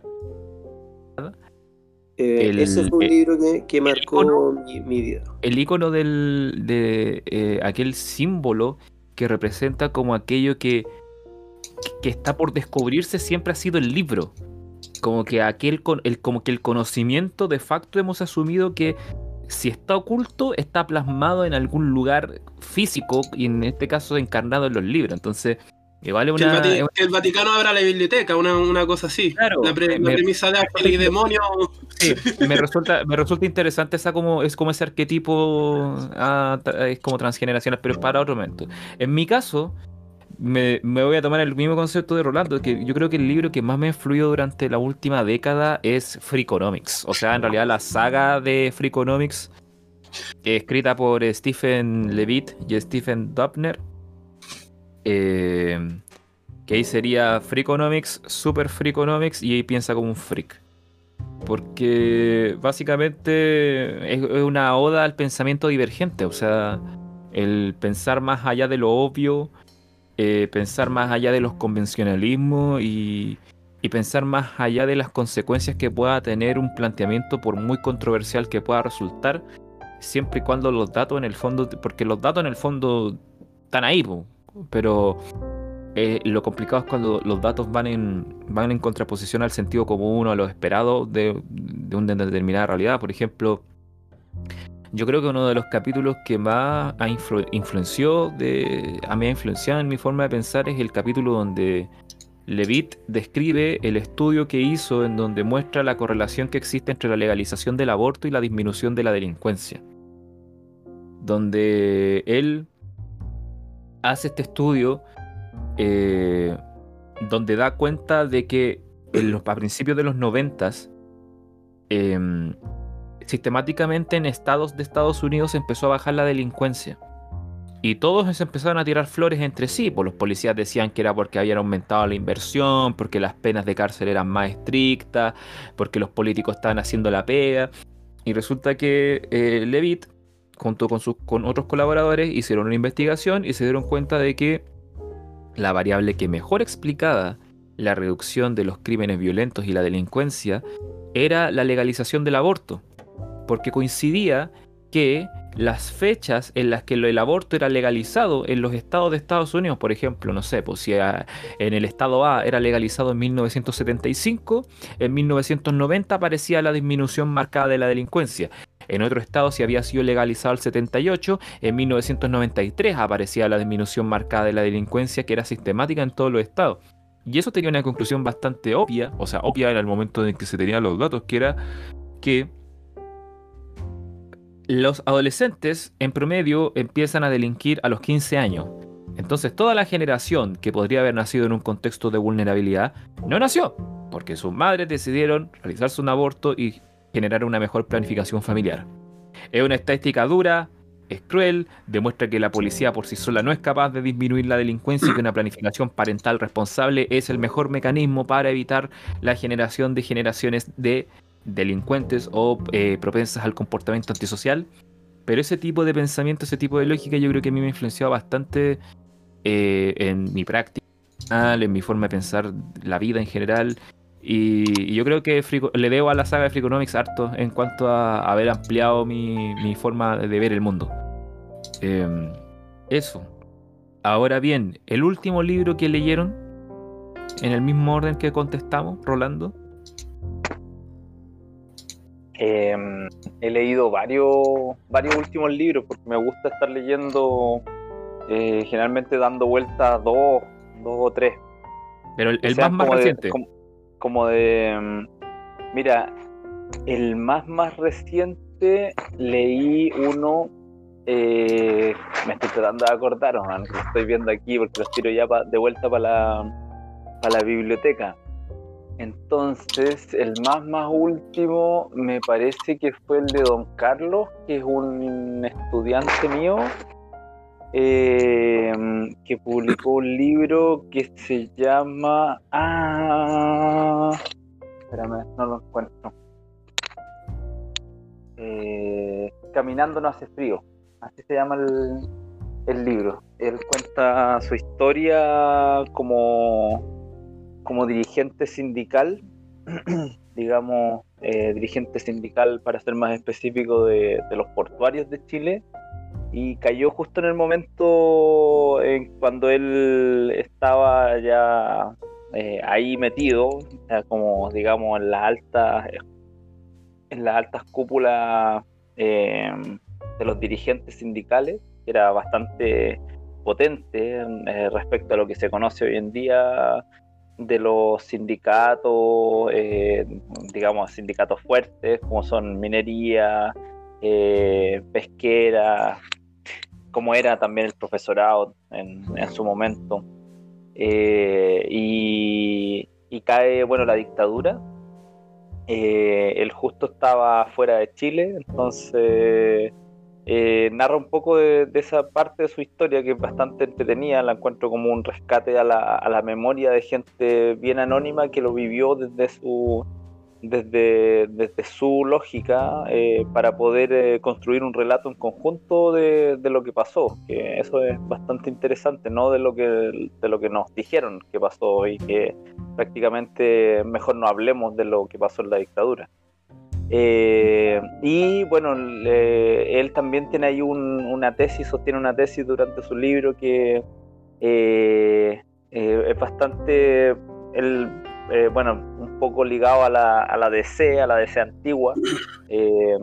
Eh, el, ese fue un el, libro que, que marcó icono, mi, mi vida. El icono del, de eh, aquel símbolo que representa como aquello que, que está por descubrirse siempre ha sido el libro. como que aquel con el como que el conocimiento de facto hemos asumido que si está oculto está plasmado en algún lugar físico y en este caso encarnado en los libros. Entonces igual es Que el, una, Vati- es una- que el Vaticano abra la biblioteca, una, una cosa así. claro, La, pre- me, la me- premisa de Ángel y Demonio. sí, me resulta me resulta interesante esa como es como ese arquetipo, ah, tra- es como transgeneracional, pero es para otro momento. En mi caso Me, me voy a tomar el mismo concepto de Rolando, que yo creo que el libro que más me ha influido durante la última década es Freakonomics. O sea, en realidad la saga de Freakonomics, eh, escrita por eh, Stephen Levitt y Stephen Dubner, eh, que ahí sería Freakonomics, Super Freakonomics, y ahí piensa como un freak. Porque básicamente es, es una oda al pensamiento divergente, o sea, el pensar más allá de lo obvio, eh, pensar más allá de los convencionalismos y, y pensar más allá de las consecuencias que pueda tener un planteamiento por muy controversial que pueda resultar, siempre y cuando los datos en el fondo, porque los datos en el fondo están ahí, po, pero eh, lo complicado es cuando los datos van en, van en contraposición al sentido común o a lo esperado de, de una determinada realidad. Por ejemplo, yo creo que uno de los capítulos que más ha influ- influenció de, a mí ha influenciado en mi forma de pensar es el capítulo donde Levitt describe el estudio que hizo en donde muestra la correlación que existe entre la legalización del aborto y la disminución de la delincuencia. Donde él hace este estudio eh, donde da cuenta de que en los, a principios de los noventas em, sistemáticamente en estados de Estados Unidos empezó a bajar la delincuencia. Y todos se empezaron a tirar flores entre sí, pues los policías decían que era porque habían aumentado la inversión, porque las penas de cárcel eran más estrictas, porque los políticos estaban haciendo la pega. Y resulta que eh, Levitt, junto con, sus, con otros colaboradores, hicieron una investigación y se dieron cuenta de que la variable que mejor explicaba la reducción de los crímenes violentos y la delincuencia era la legalización del aborto, porque coincidía que las fechas en las que el aborto era legalizado en los estados de Estados Unidos, por ejemplo, no sé, pues si a, en el estado A era legalizado en mil novecientos setenta y cinco, en mil novecientos noventa aparecía la disminución marcada de la delincuencia. En otro estado, si había sido legalizado el setenta y ocho, en mil novecientos noventa y tres aparecía la disminución marcada de la delincuencia, que era sistemática en todos los estados. Y eso tenía una conclusión bastante obvia, o sea, obvia en el momento en que se tenían los datos, que era que los adolescentes en promedio empiezan a delinquir a los quince años. Entonces toda la generación que podría haber nacido en un contexto de vulnerabilidad no nació, porque sus madres decidieron realizarse un aborto y generar una mejor planificación familiar. Es una estadística dura, es cruel, demuestra que la policía por sí sola no es capaz de disminuir la delincuencia y que una planificación parental responsable es el mejor mecanismo para evitar la generación de generaciones de delincuentes o eh, propensas al comportamiento antisocial. Pero ese tipo de pensamiento, ese tipo de lógica, yo creo que a mí me ha influenciado bastante eh, en mi práctica, en mi forma de pensar la vida en general. Y, y yo creo que Frico- le debo a la saga de Freakonomics harto en cuanto a haber ampliado mi, mi forma de ver el mundo. Eh, eso. Ahora bien, el último libro que leyeron, en el mismo orden que contestamos, Rolando. Eh, he leído varios, varios últimos libros porque me gusta estar leyendo, eh, generalmente dando vueltas dos, dos o tres. Pero el, Que el más sean más como de- reciente. como, como de, mm, mira, el más más reciente leí uno, eh, me estoy tratando de acordar, man, que lo estoy viendo aquí porque los tiro ya pa- de vuelta para la, para la biblioteca. Entonces, el más más último me parece que fue el de Don Carlos, que es un estudiante mío, eh, que publicó un libro que se llama... Ah, espérame, no lo encuentro. Eh, Caminando no hace frío, así se llama el, el libro. Él cuenta su historia como... como dirigente sindical, digamos, eh, dirigente sindical para ser más específico de, de los portuarios de Chile, y cayó justo en el momento en cuando él estaba ya eh, ahí metido, o sea, como digamos en las altas, en las altas cúpulas eh, de los dirigentes sindicales, que era bastante potente eh, respecto a lo que se conoce hoy en día de los sindicatos, eh, digamos sindicatos fuertes como son minería, eh, pesquera, como era también el profesorado en, en su momento, eh, y, y cae bueno la dictadura. Eh, él justo estaba fuera de Chile, entonces eh, narra un poco de, de esa parte de su historia que es bastante entretenida. La encuentro como un rescate a la, a la memoria de gente bien anónima que lo vivió desde su desde, desde su lógica, eh, para poder eh, construir un relato en conjunto de, de lo que pasó, que eso es bastante interesante, no de lo que de lo que nos dijeron que pasó, y que prácticamente mejor no hablemos de lo que pasó en la dictadura. Eh, y bueno, le, él también tiene ahí un, una tesis, sostiene una tesis durante su libro que eh, eh, es bastante, el, eh, bueno, un poco ligado a la, a la D C, a la D C antigua, eh,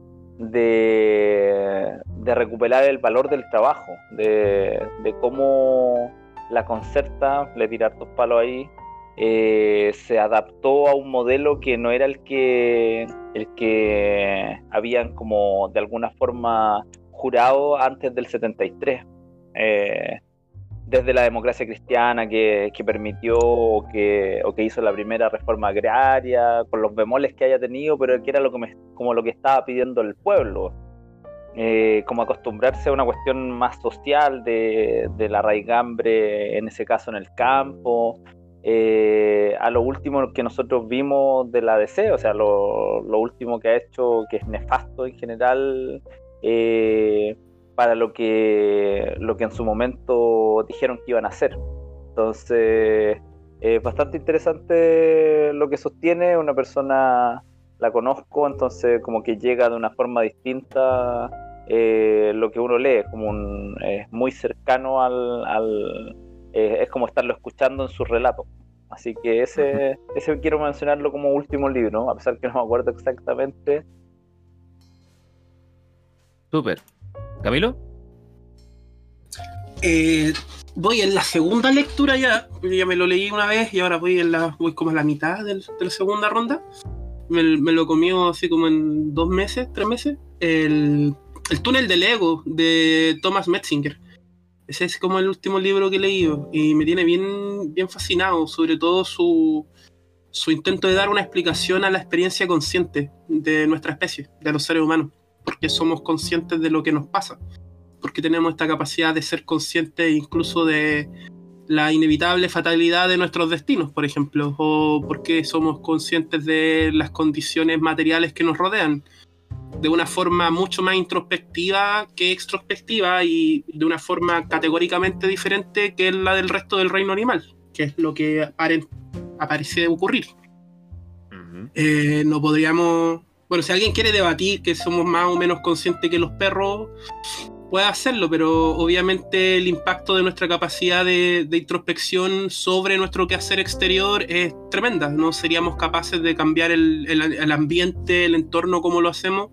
de, de recuperar el valor del trabajo, de, de cómo la Concerta, le tira hartos palos ahí, Eh, se adaptó a un modelo que no era el que el que habían como de alguna forma jurado antes del setenta y tres, eh, desde la democracia cristiana que, que permitió o que, o que hizo la primera reforma agraria, con los bemoles que haya tenido, pero que era lo que me, como lo que estaba pidiendo el pueblo, eh, como acostumbrarse a una cuestión más social de, de la raigambre, en ese caso en el campo. Eh, a lo último que nosotros vimos de la D C, o sea, lo, lo último que ha hecho, que es nefasto en general, eh, para lo que, lo que en su momento dijeron que iban a hacer. Entonces, es eh, bastante interesante lo que sostiene. Una persona, la conozco, entonces como que llega de una forma distinta, eh, lo que uno lee, como un, es muy cercano al... al Eh, es como estarlo escuchando en sus relatos. Así que ese, ese quiero mencionarlo como último libro, ¿no? A pesar que no me acuerdo exactamente. Súper. ¿Camilo? Eh, voy en la segunda lectura ya, porque ya me lo leí una vez y ahora voy en la voy como a la mitad del, de la segunda ronda. Me, me lo comí así como en dos meses, tres meses. El, el túnel del ego de Thomas Metzinger. Ese es como el último libro que he leído y me tiene bien, bien fascinado, sobre todo su, su intento de dar una explicación a la experiencia consciente de nuestra especie, de los seres humanos, porque somos conscientes de lo que nos pasa, porque tenemos esta capacidad de ser conscientes incluso de la inevitable fatalidad de nuestros destinos, por ejemplo, o porque somos conscientes de las condiciones materiales que nos rodean, de una forma mucho más introspectiva que extrospectiva y de una forma categóricamente diferente que la del resto del reino animal, que es lo que apare- aparece ocurrir. Uh-huh. Eh, no podríamos... Bueno, si alguien quiere debatir que somos más o menos conscientes que los perros, puede hacerlo, pero obviamente el impacto de nuestra capacidad de, de introspección sobre nuestro quehacer exterior es tremenda. No seríamos capaces de cambiar el, el, el ambiente, el entorno como lo hacemos,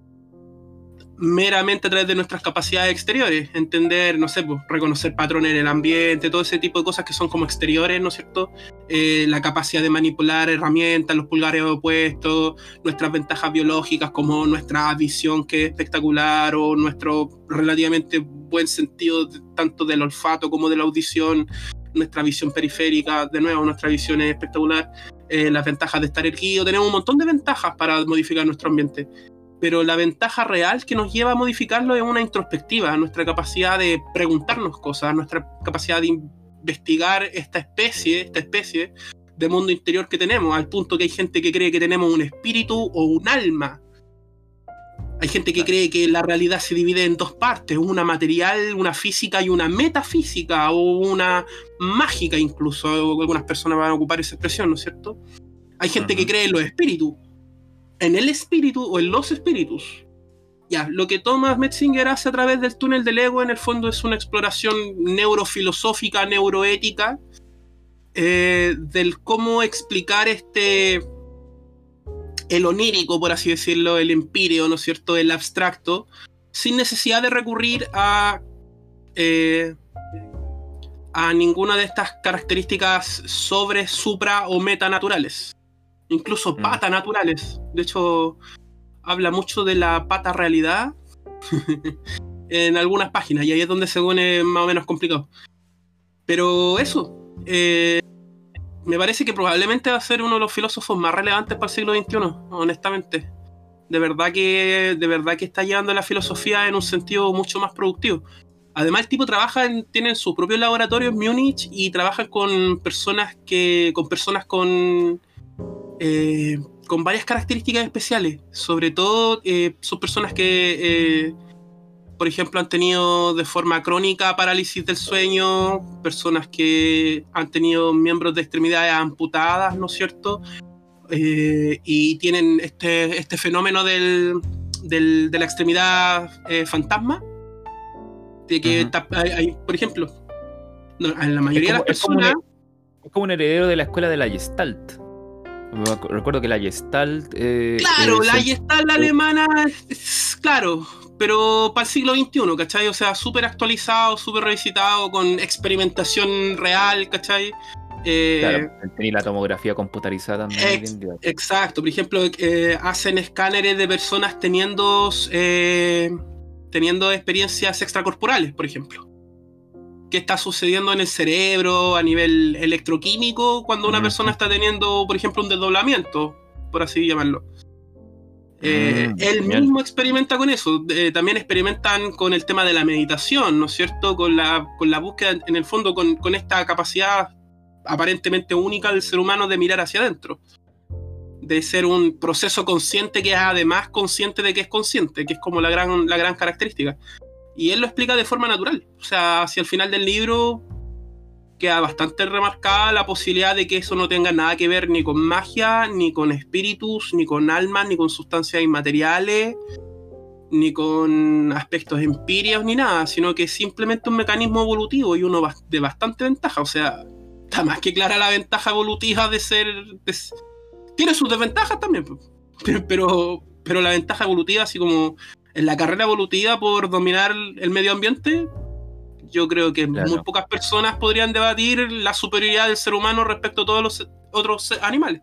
meramente a través de nuestras capacidades exteriores. Entender, no sé, pues, reconocer patrones en el ambiente, todo ese tipo de cosas que son como exteriores, ¿no es cierto? Eh, la capacidad de manipular herramientas, los pulgares opuestos, nuestras ventajas biológicas como nuestra visión que es espectacular o nuestro relativamente buen sentido de, tanto del olfato como de la audición, nuestra visión periférica, de nuevo, nuestra visión es espectacular, eh, las ventajas de estar erguido, tenemos un montón de ventajas para modificar nuestro ambiente. Pero la ventaja real que nos lleva a modificarlo es una introspectiva, nuestra capacidad de preguntarnos cosas, nuestra capacidad de investigar esta especie, esta especie de mundo interior que tenemos, al punto que hay gente que cree que tenemos un espíritu o un alma. Hay gente que cree que la realidad se divide en dos partes, una material, una física y una metafísica, o una mágica incluso. Algunas personas van a ocupar esa expresión, ¿no es cierto? Hay gente uh-huh. que cree en los espíritus, en el espíritu o en los espíritus. Ya, lo que Thomas Metzinger hace a través del túnel del ego en el fondo es una exploración neurofilosófica, neuroética, eh, del cómo explicar este, el onírico, por así decirlo, el empíreo, ¿no es cierto?, el abstracto, sin necesidad de recurrir a, eh, a ninguna de estas características sobre, supra o metanaturales, incluso Mm. patanaturales. De hecho, habla mucho de la pata-realidad en algunas páginas, y ahí es donde se pone más o menos complicado. Pero eso, eh, me parece que probablemente va a ser uno de los filósofos más relevantes para el siglo veintiuno, honestamente. De verdad que, de verdad que está llevando la filosofía en un sentido mucho más productivo. Además, el tipo trabaja en, tienen sus propios laboratorios en Múnich y trabajan con personas que, con personas con, eh, con varias características especiales. Sobre todo, eh, son personas que, eh, por ejemplo, han tenido de forma crónica parálisis del sueño, personas que han tenido miembros de extremidades amputadas, ¿no es cierto? Eh, y tienen este, este fenómeno del, del, de la extremidad eh, fantasma, de que, Ujú. ta- hay, hay, por ejemplo, no, en la mayoría como- de las es como un- personas, Es como un heredero de la escuela de la Gestalt. Me acu- Recuerdo que la Gestalt. eh, claro, eh, la se- Gestalt alemana, es, claro, pero para el siglo veintiuno, ¿cachai? O sea, súper actualizado, súper revisitado, con experimentación real, ¿cachai? Eh, Claro, tenía la tomografía computarizada también hoy Ex- en día. exacto, por ejemplo, eh, hacen escáneres de personas teniendo, eh, teniendo experiencias extracorporales, por ejemplo. ¿Qué está sucediendo en el cerebro a nivel electroquímico cuando una Ujú. persona está teniendo, por ejemplo, un desdoblamiento, por así llamarlo? Eh, Mm, él genial. mismo experimenta con eso. Eh, también experimentan con el tema de la meditación, ¿no es cierto? Con la, con la búsqueda, en el fondo, con, con esta capacidad aparentemente única del ser humano de mirar hacia adentro, de ser un proceso consciente que es además consciente de que es consciente, que es como la gran, la gran característica. Y él lo explica de forma natural. O sea, hacia el final del libro queda bastante remarcada la posibilidad de que eso no tenga nada que ver ni con magia, ni con espíritus, ni con almas, ni con sustancias inmateriales, ni con aspectos empíricos, ni nada, sino que es simplemente un mecanismo evolutivo y uno de bastante ventaja. O sea, está más que clara la ventaja evolutiva de ser... De, tiene sus desventajas también, pero, pero, pero la ventaja evolutiva, así como en la carrera evolutiva por dominar el medio ambiente, yo creo que Claro. muy pocas personas podrían debatir la superioridad del ser humano respecto a todos los otros animales.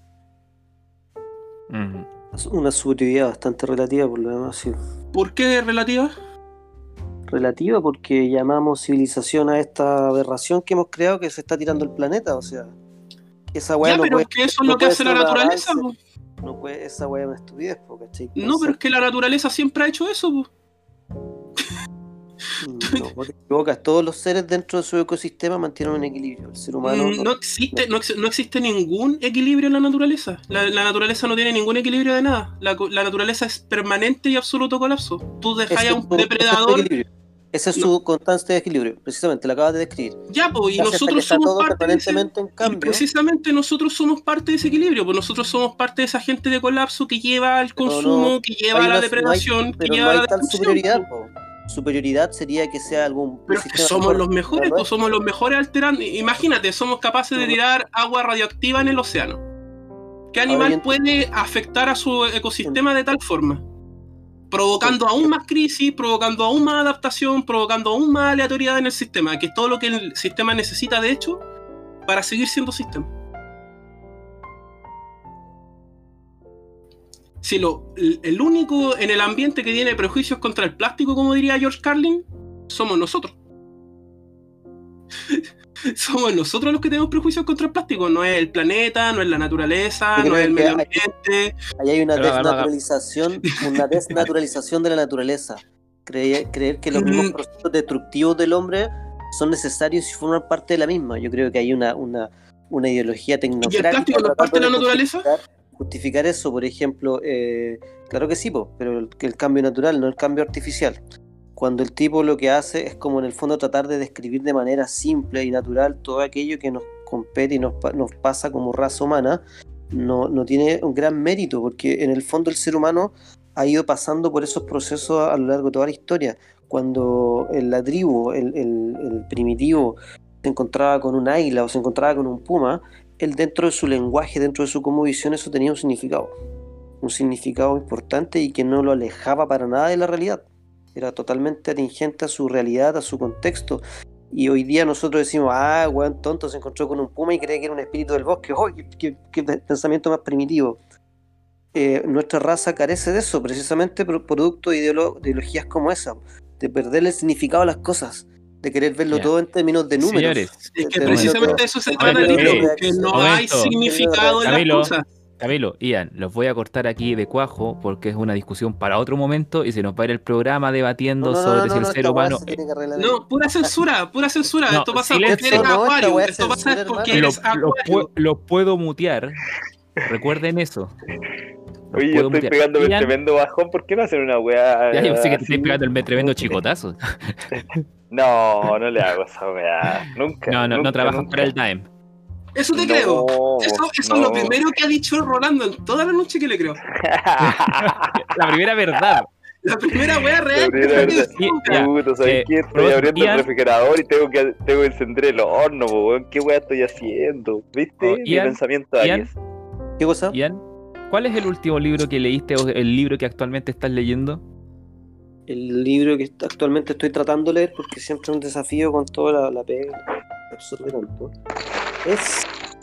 Ujú. Una superioridad bastante relativa por lo demás, sí. ¿Por qué relativa? Relativa porque llamamos civilización a esta aberración que hemos creado que se está tirando el planeta, o sea, esa weá Ya, no pero puede, es que eso es no lo que puede hace ser la un naturaleza. avance, po. no puede, esa weá es una estupidez, po, ¿cachai? No, pero es que la naturaleza siempre ha hecho eso. Po. No, no te equivocas, todos los seres dentro de su ecosistema mantienen un equilibrio, el ser humano Mm, no. No existe, no, ex- no existe ningún equilibrio en la naturaleza. La, la naturaleza no tiene ningún equilibrio de nada. La, co- la naturaleza es permanente y absoluto colapso. Tú dejas Ese a es un su- depredador. ese es su equilibrio. Ese es No. su constante de equilibrio, precisamente, lo acabas de describir. Ya, pues, y Gracias a que nosotros está somos todo parte de ese. permanentemente en Y cambio. precisamente nosotros somos parte de ese equilibrio, pues nosotros somos parte de esa gente de colapso que lleva al Pero consumo, no- que no lleva hay a la una- no hay- depredación, que pero lleva no a hay la tal destrucción. superioridad, pues. po. Superioridad sería que sea algún Pero es que sistema somos mejor los que el mejores, pues nuestro. somos los mejores alterando. Imagínate, somos capaces de No, no. tirar agua radioactiva en el océano. ¿Qué Ahora animal yo ent- puede afectar a su ecosistema de tal forma? Provocando Ent- aún más crisis, provocando aún más adaptación, provocando aún más aleatoriedad en el sistema, que es todo lo que el sistema necesita, de hecho, para seguir siendo sistema. Si lo, el el único en el ambiente que tiene prejuicios contra el plástico, como diría George Carlin, somos nosotros. Somos nosotros los que tenemos prejuicios contra el plástico, no es el planeta, no es la naturaleza, Yo no creo es el que medio hay- ambiente. Ahí hay una Pero, Gaga, desnaturalización, una desnaturalización de la naturaleza. Creer, creer que los mismos Mm. procesos destructivos del hombre son necesarios y forman parte de la misma. Yo creo que hay una, una, una ideología tecnocrática. plástico no es tratando parte de la naturaleza? Justificar, justificar eso, por ejemplo, eh, claro que sí, po, pero el, que el cambio natural, no el cambio artificial. Cuando el tipo lo que hace es como en el fondo tratar de describir de manera simple y natural todo aquello que nos compete y nos, pa- nos pasa como raza humana, no, no tiene un gran mérito, porque en el fondo el ser humano ha ido pasando por esos procesos a, a lo largo de toda la historia. Cuando el, la tribu, el, el, el primitivo, se encontraba con un águila o se encontraba con un puma, él dentro de su lenguaje, dentro de su cosmovisión, eso tenía un significado. Un significado importante y que no lo alejaba para nada de la realidad. Era totalmente atingente a su realidad, a su contexto. Y hoy día nosotros decimos, ah, weón tonto, se encontró con un puma y cree que era un espíritu del bosque. ¡Oh, qué, qué, qué pensamiento más primitivo! Eh, nuestra raza carece de eso, precisamente por producto de ideolo- ideologías como esa, de perderle el significado a las cosas, de querer verlo Ya. todo en términos de números. Señores, Es que de precisamente de eso se trata el libro, Momento, que no momento. hay significado en las Camilo, cosas. Camilo, Ian, los voy a cortar aquí de cuajo porque es una discusión para otro momento y se nos va a ir el programa debatiendo No, no, sobre no, si no, el no, ser esta weá humano... se tiene que arreglar. No, pura censura, pura censura. No, Esto pasa silencio. porque eres No, esta acuario. weá es Esto pasa censura, porque hermano. Lo, eres lo acuario. pu- lo puedo mutear. Recuerden eso. Los Oye, yo puedo estoy mutear. pegándome el Ian, tremendo bajón. ¿Por qué no hacen una weá? ya, yo sé que te estoy así? pegando el tremendo chicotazo. No, no le hago esa weá. Nunca. No, no, nunca, no trabajas nunca. para el Time. Eso te No, creo. Eso, eso es lo no. primero que ha dicho Rolando en toda la noche que le creo. La primera verdad. La primera wea La real. primera que verdad. Sí, ya. Puta, ¿sabes Eh, qué? Estoy Ross, abriendo Ian- el refrigerador y tengo que, tengo que encender el horno, po, weón. ¿Qué weá estoy haciendo? ¿Viste? Oh, Mi Ian- pensamiento Ian- Aries. ¿Qué cosa? Ian, ¿cuál es el último libro que leíste o el libro que actualmente estás leyendo? El libro que actualmente estoy tratando de leer, porque siempre es un desafío con toda la, la pega que absorbe tanto, es...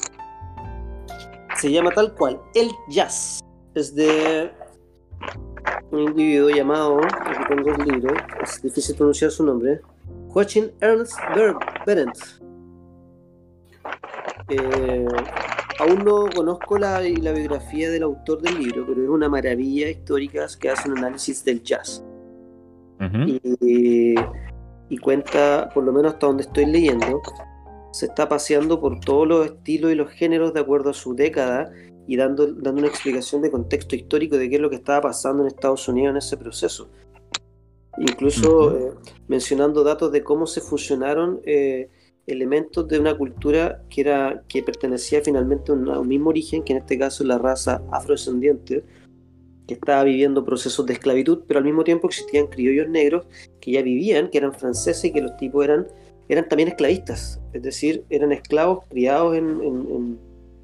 se llama tal cual, El Jazz. Es de un individuo llamado, aquí tengo el libro, es difícil pronunciar su nombre, Joachim Ernst Ber- Berendt. Eh, aún no conozco la, la biografía del autor del libro, pero es una maravilla histórica que hace un análisis del jazz. Ujú. y, y cuenta, por lo menos hasta donde estoy leyendo, se está paseando por todos los estilos y los géneros de acuerdo a su década y dando, dando una explicación de contexto histórico de qué es lo que estaba pasando en Estados Unidos en ese proceso. Incluso Ujú. eh, mencionando datos de cómo se fusionaron eh, elementos de una cultura que, era, que pertenecía finalmente a un, a un mismo origen, que en este caso es la raza afrodescendiente, que estaba viviendo procesos de esclavitud, pero al mismo tiempo existían criollos negros que ya vivían, que eran franceses y que los tipos eran, eran también esclavistas, es decir, eran esclavos criados en... en,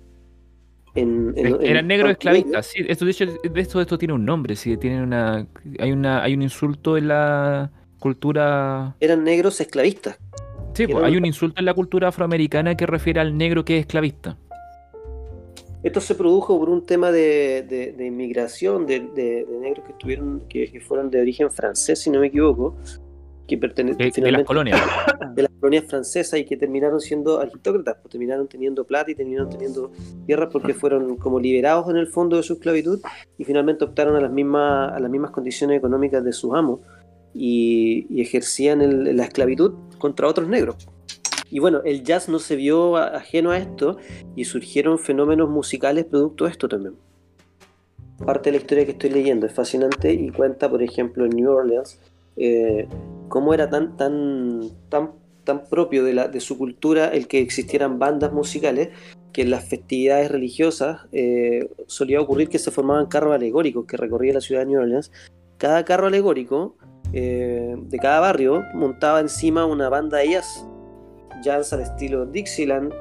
en, en, en Eran en negros cautiverio. esclavistas, sí, esto, de hecho, de esto, esto tiene un nombre, sí, tiene una, hay una, hay un insulto en la cultura, Eran negros esclavistas. sí, pues, Eran- hay un insulto en la cultura afroamericana que refiere al negro que es esclavista. Esto se produjo por un tema de, de, de inmigración de, de, de negros que estuvieron, que, que fueron de origen francés, si no me equivoco, que pertenecen De, de las colonias. de las colonias francesas y que terminaron siendo aristócratas, pues terminaron teniendo plata y terminaron teniendo tierras porque fueron como liberados en el fondo de su esclavitud y finalmente optaron a las mismas, a las mismas condiciones económicas de sus amos y, y ejercían el, la esclavitud contra otros negros. Y bueno, el jazz no se vio a- ajeno a esto y surgieron fenómenos musicales producto de esto también. Parte de la historia que estoy leyendo es fascinante y cuenta, por ejemplo, en New Orleans, eh, cómo era tan, tan, tan, tan propio de, la, de su cultura el que existieran bandas musicales que en las festividades religiosas eh, solía ocurrir que se formaban carros alegóricos que recorría la ciudad de New Orleans. Cada carro alegórico eh, de cada barrio montaba encima una banda de jazz, jazz al estilo Dixieland,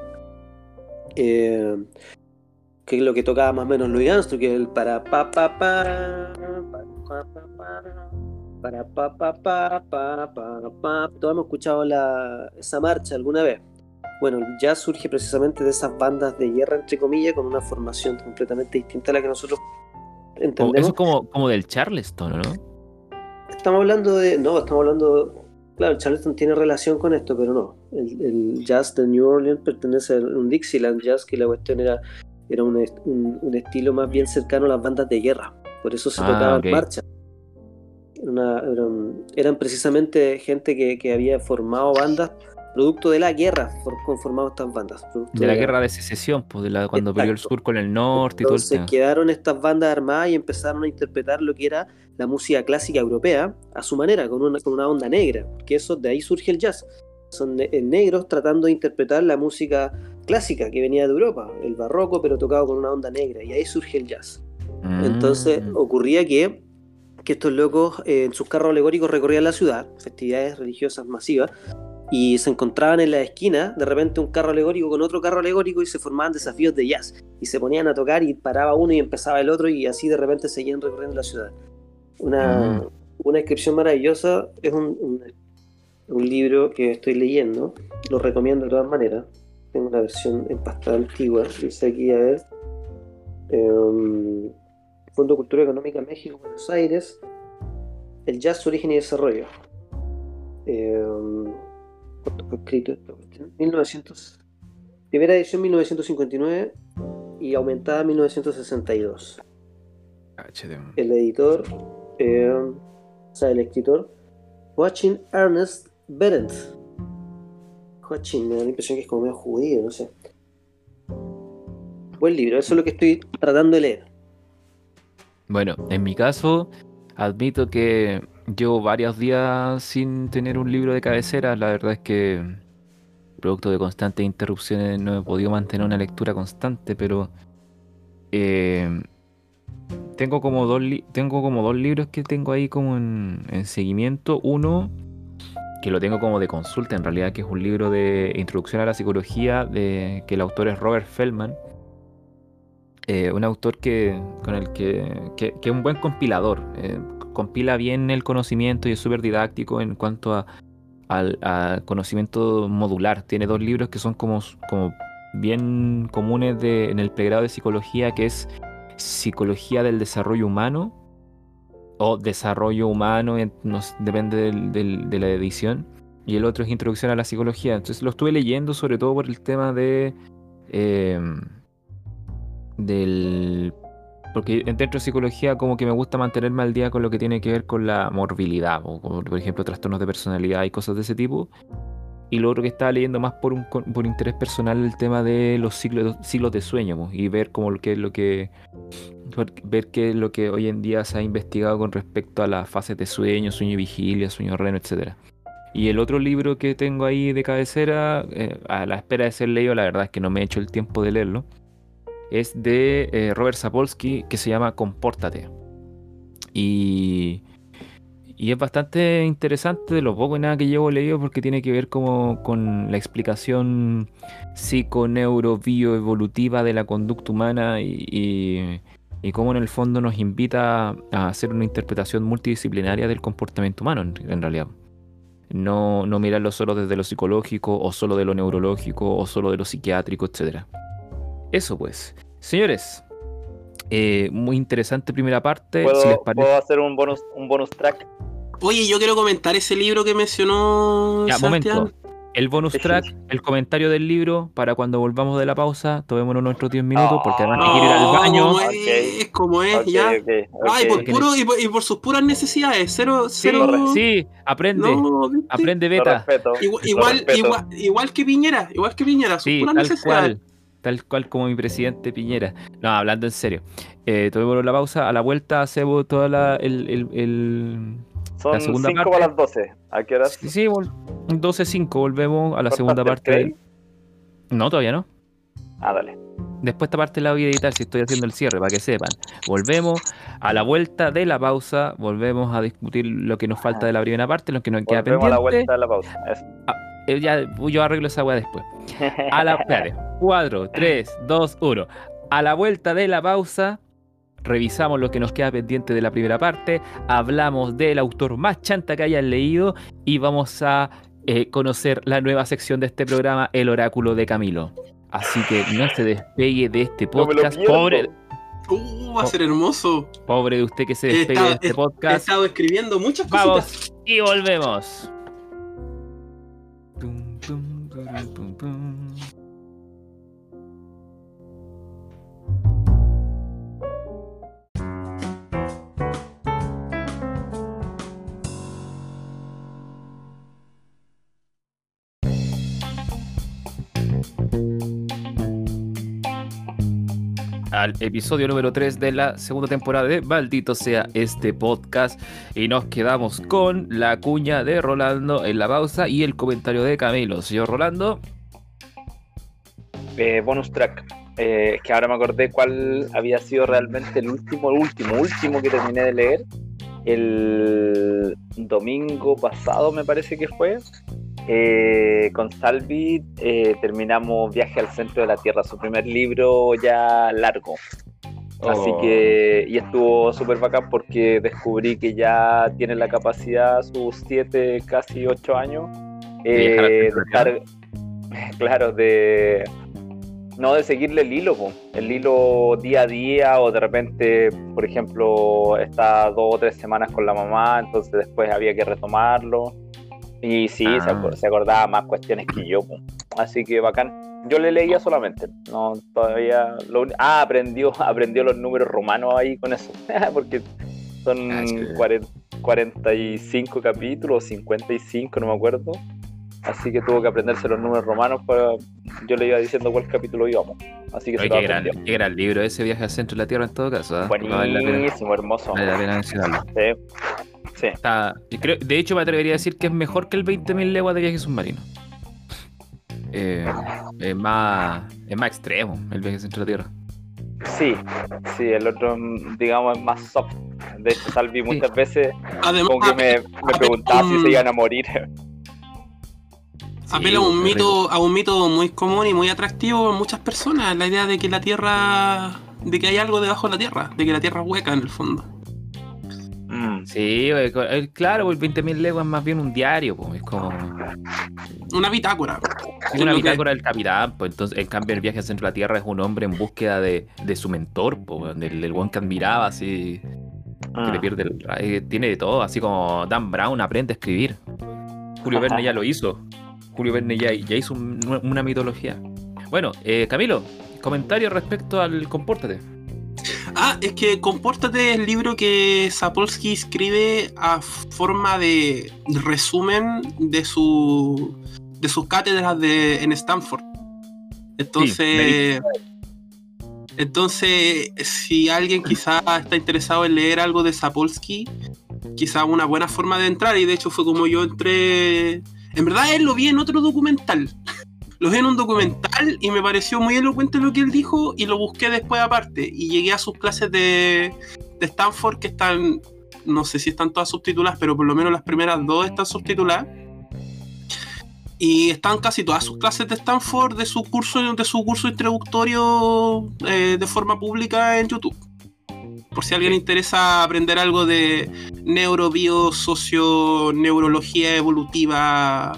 eh, que es lo que tocaba más o menos Louis Armstrong, que es el para pa pa pa para pa pa para pa pa pa pa pa pa. Todos hemos escuchado la, esa marcha alguna vez. Bueno, el jazz surge precisamente de esas bandas de guerra, entre comillas, con una formación completamente distinta a la que nosotros Como- eso entendemos. es como, como del Charleston, ¿no? Estamos hablando de... No, estamos hablando... Claro, el Charleston tiene relación con esto, pero no. El, el jazz de New Orleans pertenece a un Dixieland jazz, que la cuestión era, era un, est- un, un estilo más bien cercano a las bandas de guerra. Por eso se Ah, tocaba ok. en marcha. Era una- eran, eran precisamente gente que, que había formado bandas producto de la guerra, for- conformado estas bandas. producto De la guerra de secesión, pues de la, cuando peleó el Exacto. sur con el norte y todo el Entonces tema. quedaron estas bandas armadas y empezaron a interpretar lo que era la música clásica europea a su manera, con una, con una onda negra, porque eso, de ahí surge el jazz. Son ne- eh, negros tratando de interpretar la música clásica que venía de Europa, el barroco, pero tocado con una onda negra, y ahí surge el jazz. Entonces Mm. ocurría que, que estos locos eh, en sus carros alegóricos recorrían la ciudad, festividades religiosas masivas, y se encontraban en la esquina de repente un carro alegórico con otro carro alegórico y se formaban desafíos de jazz y se ponían a tocar y paraba uno y empezaba el otro y así de repente seguían recorriendo la ciudad. Una, mm. una descripción maravillosa. Es un, un, un libro que estoy leyendo, lo recomiendo de todas maneras. Tengo una versión en pasta antigua, dice aquí, a ver, um, Fondo de Cultura Económica México, Buenos Aires, el jazz, su origen y desarrollo. Um, ¿Cuánto fue escrito esto? mil novecientos, primera edición mil novecientos cincuenta y nueve y aumentada mil novecientos sesenta y dos. H D. El editor, eh, o sea, el escritor, Joachim Ernest Berendt. Joachim, me da la impresión que es como medio judío, no sé. Buen libro, eso es lo que estoy tratando de leer. Bueno, en mi caso, admito que llevo varios días sin tener un libro de cabecera. La verdad es que, producto de constantes interrupciones, no he podido mantener una lectura constante, pero eh, tengo como dos li- tengo como dos libros que tengo ahí como en, en seguimiento. Uno que lo tengo como de consulta, en realidad, que es un libro de introducción a la psicología, de que el autor es Robert Feldman. Eh, un autor que con el que, que, que es un buen compilador, eh, compila bien el conocimiento y es súper didáctico en cuanto a, al a conocimiento modular. Tiene dos libros que son como, como bien comunes de, en el pregrado de psicología, que es Psicología del Desarrollo Humano o Desarrollo Humano, no, depende del, del, de la edición, y el otro es Introducción a la Psicología. Entonces lo estuve leyendo sobre todo por el tema de eh, del porque dentro de psicología como que me gusta mantenerme al día con lo que tiene que ver con la morbilidad, o como, por ejemplo, trastornos de personalidad y cosas de ese tipo. Y lo otro que estaba leyendo más por un por interés personal, el tema de los ciclos, ciclos de sueño, y ver como qué es lo que ver qué es lo que hoy en día se ha investigado con respecto a las fases de sueño, sueño y vigilia, sueño R E M, etcétera. Y el otro libro que tengo ahí de cabecera, eh, a la espera de ser leído, la verdad es que no me he hecho el tiempo de leerlo, es de eh, Robert Sapolsky, que se llama Compórtate. Y, y es bastante interesante, de lo poco y nada que llevo leído, porque tiene que ver como con la explicación psico-neuro-bioevolutiva de la conducta humana y, y, y cómo en el fondo nos invita a hacer una interpretación multidisciplinaria del comportamiento humano, en, en realidad. No, no mirarlo solo desde lo psicológico, o solo de lo neurológico, o solo de lo psiquiátrico, etcétera. Eso pues, señores, eh, muy interesante primera parte. ¿Puedo, si les parece... ¿puedo hacer un bonus, un bonus track? Oye, yo quiero comentar ese libro que mencionó Ya, Sebastián. momento. El bonus track, el comentario del libro, para cuando volvamos de la pausa, tomémonos nuestros diez minutos, porque además No, te quiero ir al baño. como es, Okay. como es, Okay, ya. okay, okay. Ay, por puro, y, por, y por sus puras necesidades, cero, Sí, cero. sí, aprende, No, ¿viste? aprende Lo beta. respeto. Igual, lo igual, respeto. igual, igual que Piñera, igual que Piñera, sus Sí, puras tal necesidades. cual, tal cual como mi presidente Piñera. No, hablando en serio. Eh, tomémonos la pausa, a la vuelta hacemos toda la, el, el, el, Son la segunda cinco parte. para las doce. ¿A qué horas? Sí, sí, vol- doce cinco, volvemos a la segunda parte. ¿Cortaste el del- No, todavía no. Ah, dale. Después esta parte la voy a editar si estoy haciendo el cierre, para que sepan. Volvemos a la vuelta de la pausa, volvemos a discutir lo que nos falta de la primera parte, lo que nos queda Volvemos a la pendiente. vuelta de la pausa. Eso. Eh, ya, yo arreglo esa weá después. A la, espérate, cuatro, tres, dos, uno. A la vuelta de la pausa, revisamos lo que nos queda pendiente de la primera parte, hablamos del autor más chanta que hayan leído y vamos a eh, conocer la nueva sección de este programa, El Oráculo de Camilo. Así que no se despegue de este No me lo podcast. pierdo. Pobre, Uh, va a ser hermoso. pobre de usted que se He despegue estado, de este he- he podcast. estado escribiendo muchas cositas. Vamos y volvemos. Tum, tum, turum, tum, tum. Al episodio número tres de la segunda temporada de Maldito Sea Este Podcast, y nos quedamos con la cuña de Rolando en la pausa y el comentario de Camilo. Señor Rolando. Eh, bonus track. Eh, que ahora me acordé cuál había sido realmente el último, último, último que terminé de leer. El domingo pasado me parece que fue. eh, con Salvi eh, terminamos Viaje al Centro de la Tierra, su primer libro ya largo. Así Oh. que, y estuvo súper bacán porque descubrí que ya tiene la capacidad, sus siete, casi ocho años, De viajar al eh, de centro de la estar, claro, de no de seguirle el hilo, po. El hilo día a día, o de repente, por ejemplo, está dos o tres semanas con la mamá, entonces después había que retomarlo. Y sí, Ah. se, ac- se acordaba más cuestiones que yo, po. Así que bacán. Yo le leía solamente, no todavía. Lo, uni- ah, aprendió, aprendió los números romanos ahí con eso, porque son Ah, sí. cuarenta, cuarenta y cinco capítulos, cincuenta y cinco, no me acuerdo. Así que tuvo que aprenderse los números romanos para. Yo le iba diciendo cuál capítulo íbamos. Así que Oye, se lo qué gran, aprendió. qué gran libro ese, Viaje al Centro de la Tierra, en todo caso. ¿eh? Vale la pena, Buenísimo, hermoso. vale la pena mencionarlo. Sí, sí. Está- y creo- de hecho, me atrevería a decir que es mejor que el veinte mil leguas de viaje submarino. Eh, es, más, es más extremo el viaje al centro de la Tierra. Sí, sí, el otro, mm, digamos, es más soft. De hecho, Salvi muchas veces Además, como que me, me preguntaba si se iban a morir. apela a un terrible. mito, a un mito muy común y muy atractivo en muchas personas, la idea de que la Tierra, de que hay algo debajo de la Tierra, de que la Tierra es hueca en el fondo. Mm, Sí, eh, co- eh, claro, el veinte mil leguas es más bien un diario, pues, es como Una bitácora. es una lo que- bitácora del capitán. Pues, entonces, en cambio, el viaje al centro de la Tierra es un hombre en búsqueda de, de su mentor, pues, del, del buen que admiraba, así, que le mm. pierde el, eh, tiene de todo, así como Dan Brown aprende a escribir. Julio Verne ya lo hizo. Julio Verne ya, ya hizo un- una mitología. Bueno, eh, Camilo, comentario respecto al Compórtate. Ah, es que Compórtate es el libro que Sapolsky escribe a forma de resumen de su de sus cátedras de, en Stanford. Entonces, entonces, si alguien quizá está interesado en leer algo de Sapolsky, quizá una buena forma de entrar, y de hecho fue como yo entré. En verdad, él lo vi en otro documental. Lo vi en un documental y me pareció muy elocuente lo que él dijo y lo busqué después aparte. Y llegué a sus clases de, de Stanford, que están, no sé si están todas subtituladas, pero por lo menos las primeras dos están subtituladas. Y están casi todas sus clases de Stanford de su curso, de su curso introductorio eh, de forma pública en YouTube. Por si a alguien le interesa aprender algo de neurobiо, socio, neurología evolutiva.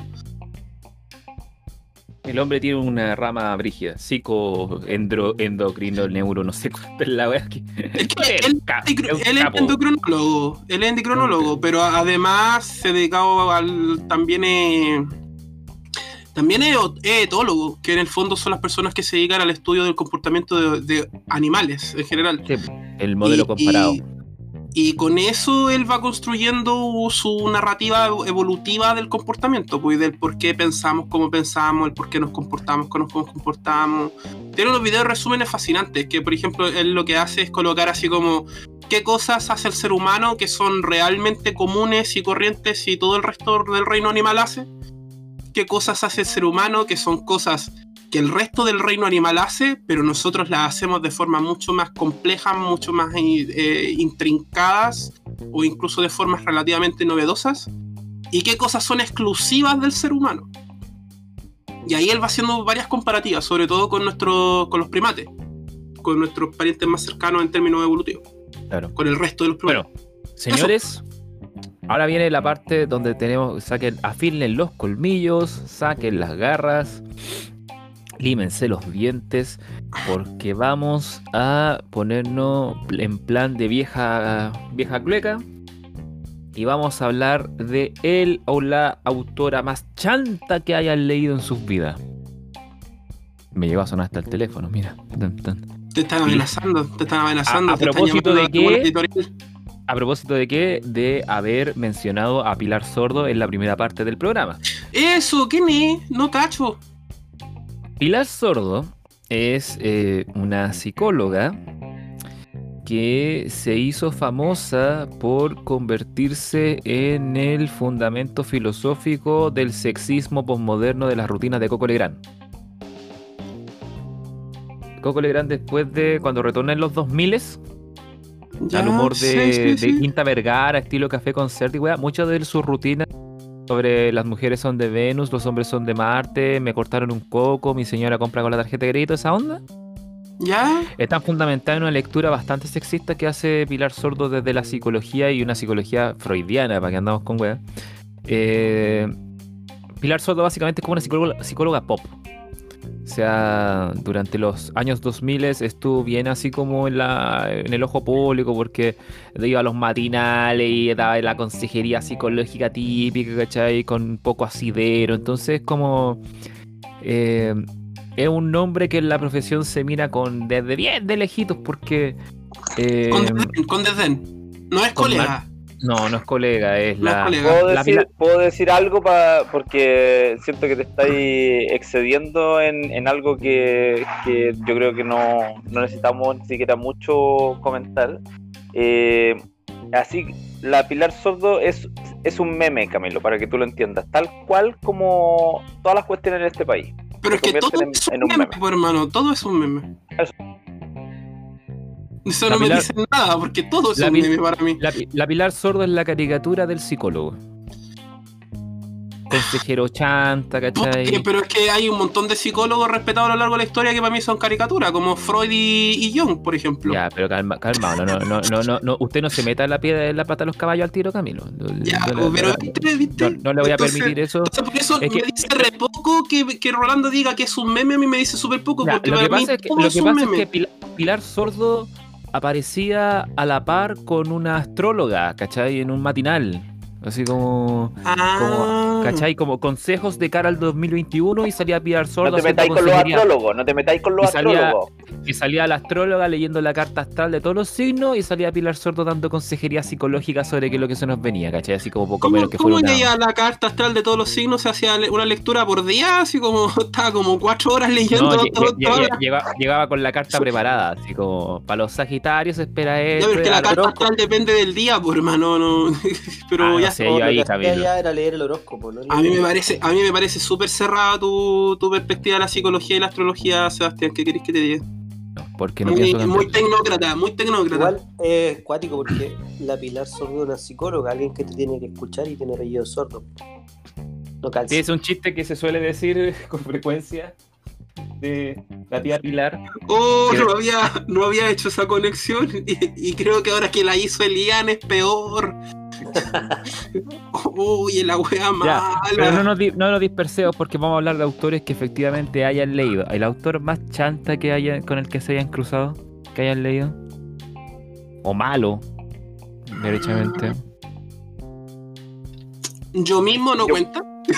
El hombre tiene una rama brígida, psico, endro, endocrino, neuro, no sé cuánto es la wea que. Es que Es él, un ca- él es un es capo. endocrinólogo, él es endocrinólogo, pero además se ha dedicado al también es, también es es etólogo, que en el fondo son las personas que se dedican al estudio del comportamiento de, de animales en general. Sí, el modelo Y- comparado. Y, y con eso él va construyendo su narrativa evolutiva del comportamiento, pues del por qué pensamos como pensamos, el por qué nos comportamos como nos comportamos. Tiene unos videos resúmenes fascinantes, que por ejemplo él lo que hace es colocar así como qué cosas hace el ser humano que son realmente comunes y corrientes y todo el resto del reino animal hace. Qué cosas hace el ser humano que son cosas que el resto del reino animal hace, pero nosotros las hacemos de forma mucho más compleja, mucho más eh, intrincadas o incluso de formas relativamente novedosas. Y qué cosas son exclusivas del ser humano. Y ahí él va haciendo varias comparativas, sobre todo con, nuestro, con los primates, con nuestros parientes más cercanos en términos evolutivos, Claro. con el resto de los primates. Bueno, señores, ahora viene la parte donde tenemos, saquen, afilen los colmillos, saquen las garras, límense los dientes, porque vamos a ponernos en plan de vieja vieja clueca y vamos a hablar de él o la autora más chanta que hayan leído en sus vidas. Me llegó a sonar hasta el teléfono, mira. Tan, tan. Te están amenazando, te están amenazando. A- a te están propósito llamando de a alguna qué- editorial. A propósito de qué, de haber mencionado a Pilar Sordo en la primera parte del programa. Eso, ¿quién es? No cacho. Pilar Sordo es eh, una psicóloga que se hizo famosa por convertirse en el fundamento filosófico del sexismo posmoderno de las rutinas de Coco Legrand. Coco Legrand, después de cuando retorna en los dos mil, Ya, al humor de, sí, sí, de sí. Quinta Vergara, estilo Café Concert y weá, muchas de sus rutinas sobre las mujeres son de Venus, los hombres son de Marte, me cortaron un coco, mi señora compra con la tarjeta de crédito, esa onda. ¿Ya? Están fundamentadas en una lectura bastante sexista que hace Pilar Sordo desde la psicología y una psicología freudiana, para que andamos con weas. Eh, Pilar Sordo básicamente es como una psicóloga, psicóloga pop. O sea, durante los años dos mil estuvo bien así como en, la, en el ojo público porque iba a los matinales y daba la consejería psicológica típica, ¿cachai? Con un poco asidero. Entonces como... Eh, es un nombre que en la profesión se mira con desde bien de lejitos porque... Eh, Con desdén, con desdén. No es con colega. mar- no, no es colega, es No es la... colega. ¿Puedo la decir, Pilar- ¿puedo decir algo pa, porque siento que te estáis excediendo en, en algo que, que yo creo que no, no necesitamos ni siquiera mucho comentar? Eh, así, la Pilar Sordo es, es un meme, Camilo, para que tú lo entiendas, tal cual como todas las cuestiones en este país. Pero es se que todo convierten en- es un en un meme, meme. pues, hermano. Todo es un meme. Eso. Eso La no me Pilar- dice nada, porque todo es la un Pil- meme para mí. La, Pi- la Pilar Sordo es la caricatura del psicólogo. Consejero chanta, ¿cachai? Porque- pero es que hay un montón de psicólogos respetados a lo largo de la historia que para mí son caricaturas, como Freud y, y Jung, por ejemplo. Ya, pero calma, calma, no, no, no, no, no, no, usted no se meta en la piedra en la pata de los caballos al tiro, Camilo. Ya, Yo le- pero no- ¿viste? ¿viste? no, no le voy a Entonces- permitir eso. Entonces, por eso Es que- me dice re poco que, que Rolando diga que es un meme, a mí me dice súper poco, Ya, porque lo que para mí pasa es que, todo lo es que, un pasa es meme. que Pilar, Pilar Sordo aparecía a la par con una astróloga, ¿cachai? En un matinal. Así como, Ah, como, ¿cachai? Como consejos de cara al dos mil veintiuno y salía Pilar Sordo No te haciendo metáis con los consejería. astrólogos, no te metáis con los Y salía- astrólogos. Y salía la astróloga leyendo la carta astral de todos los signos y salía Pilar Sordo dando consejería psicológica sobre qué es lo que se nos venía, ¿cachai? Así como poco ¿Cómo, menos que cómo fuera una... leía la carta astral de todos los signos? ¿Se hacía le- una lectura por día? Así como estaba como cuatro horas leyendo No, lle- todo- lle- todas lle- las- llegaba, llegaba con la carta preparada, así como para los Sagitarios se espera Ya, esto. pero es que y la a los- carta astral depende del día, por hermano, no. Pero Ah, no ya sé, No, yo lo ahí, que hacía Camilo. ya era leer el horóscopo, ¿no? A mí me parece, a mí me parece súper cerrada tu, tu perspectiva de la psicología y la astrología, Sebastián. ¿Qué querés que te diga? No, porque no Muy, pienso muy cambiar. tecnócrata, muy tecnócrata. Igual es cuático porque la Pilar Sordo es una psicóloga, alguien que te tiene que escuchar y tiene apellido sordo. No calza. Sí, es un chiste que se suele decir con frecuencia de la tía Pilar. Oh, que- no había, no había hecho esa conexión y, y creo que ahora que la hizo Elian es peor. Uy, la wea mala. Ya, pero no nos, di- no nos dispersemos porque vamos a hablar de autores que efectivamente hayan leído. ¿El autor más chanta que haya, con el que se hayan cruzado? ¿Que hayan leído? ¿O malo? Derechamente. Yo mismo no Yo- cuenta.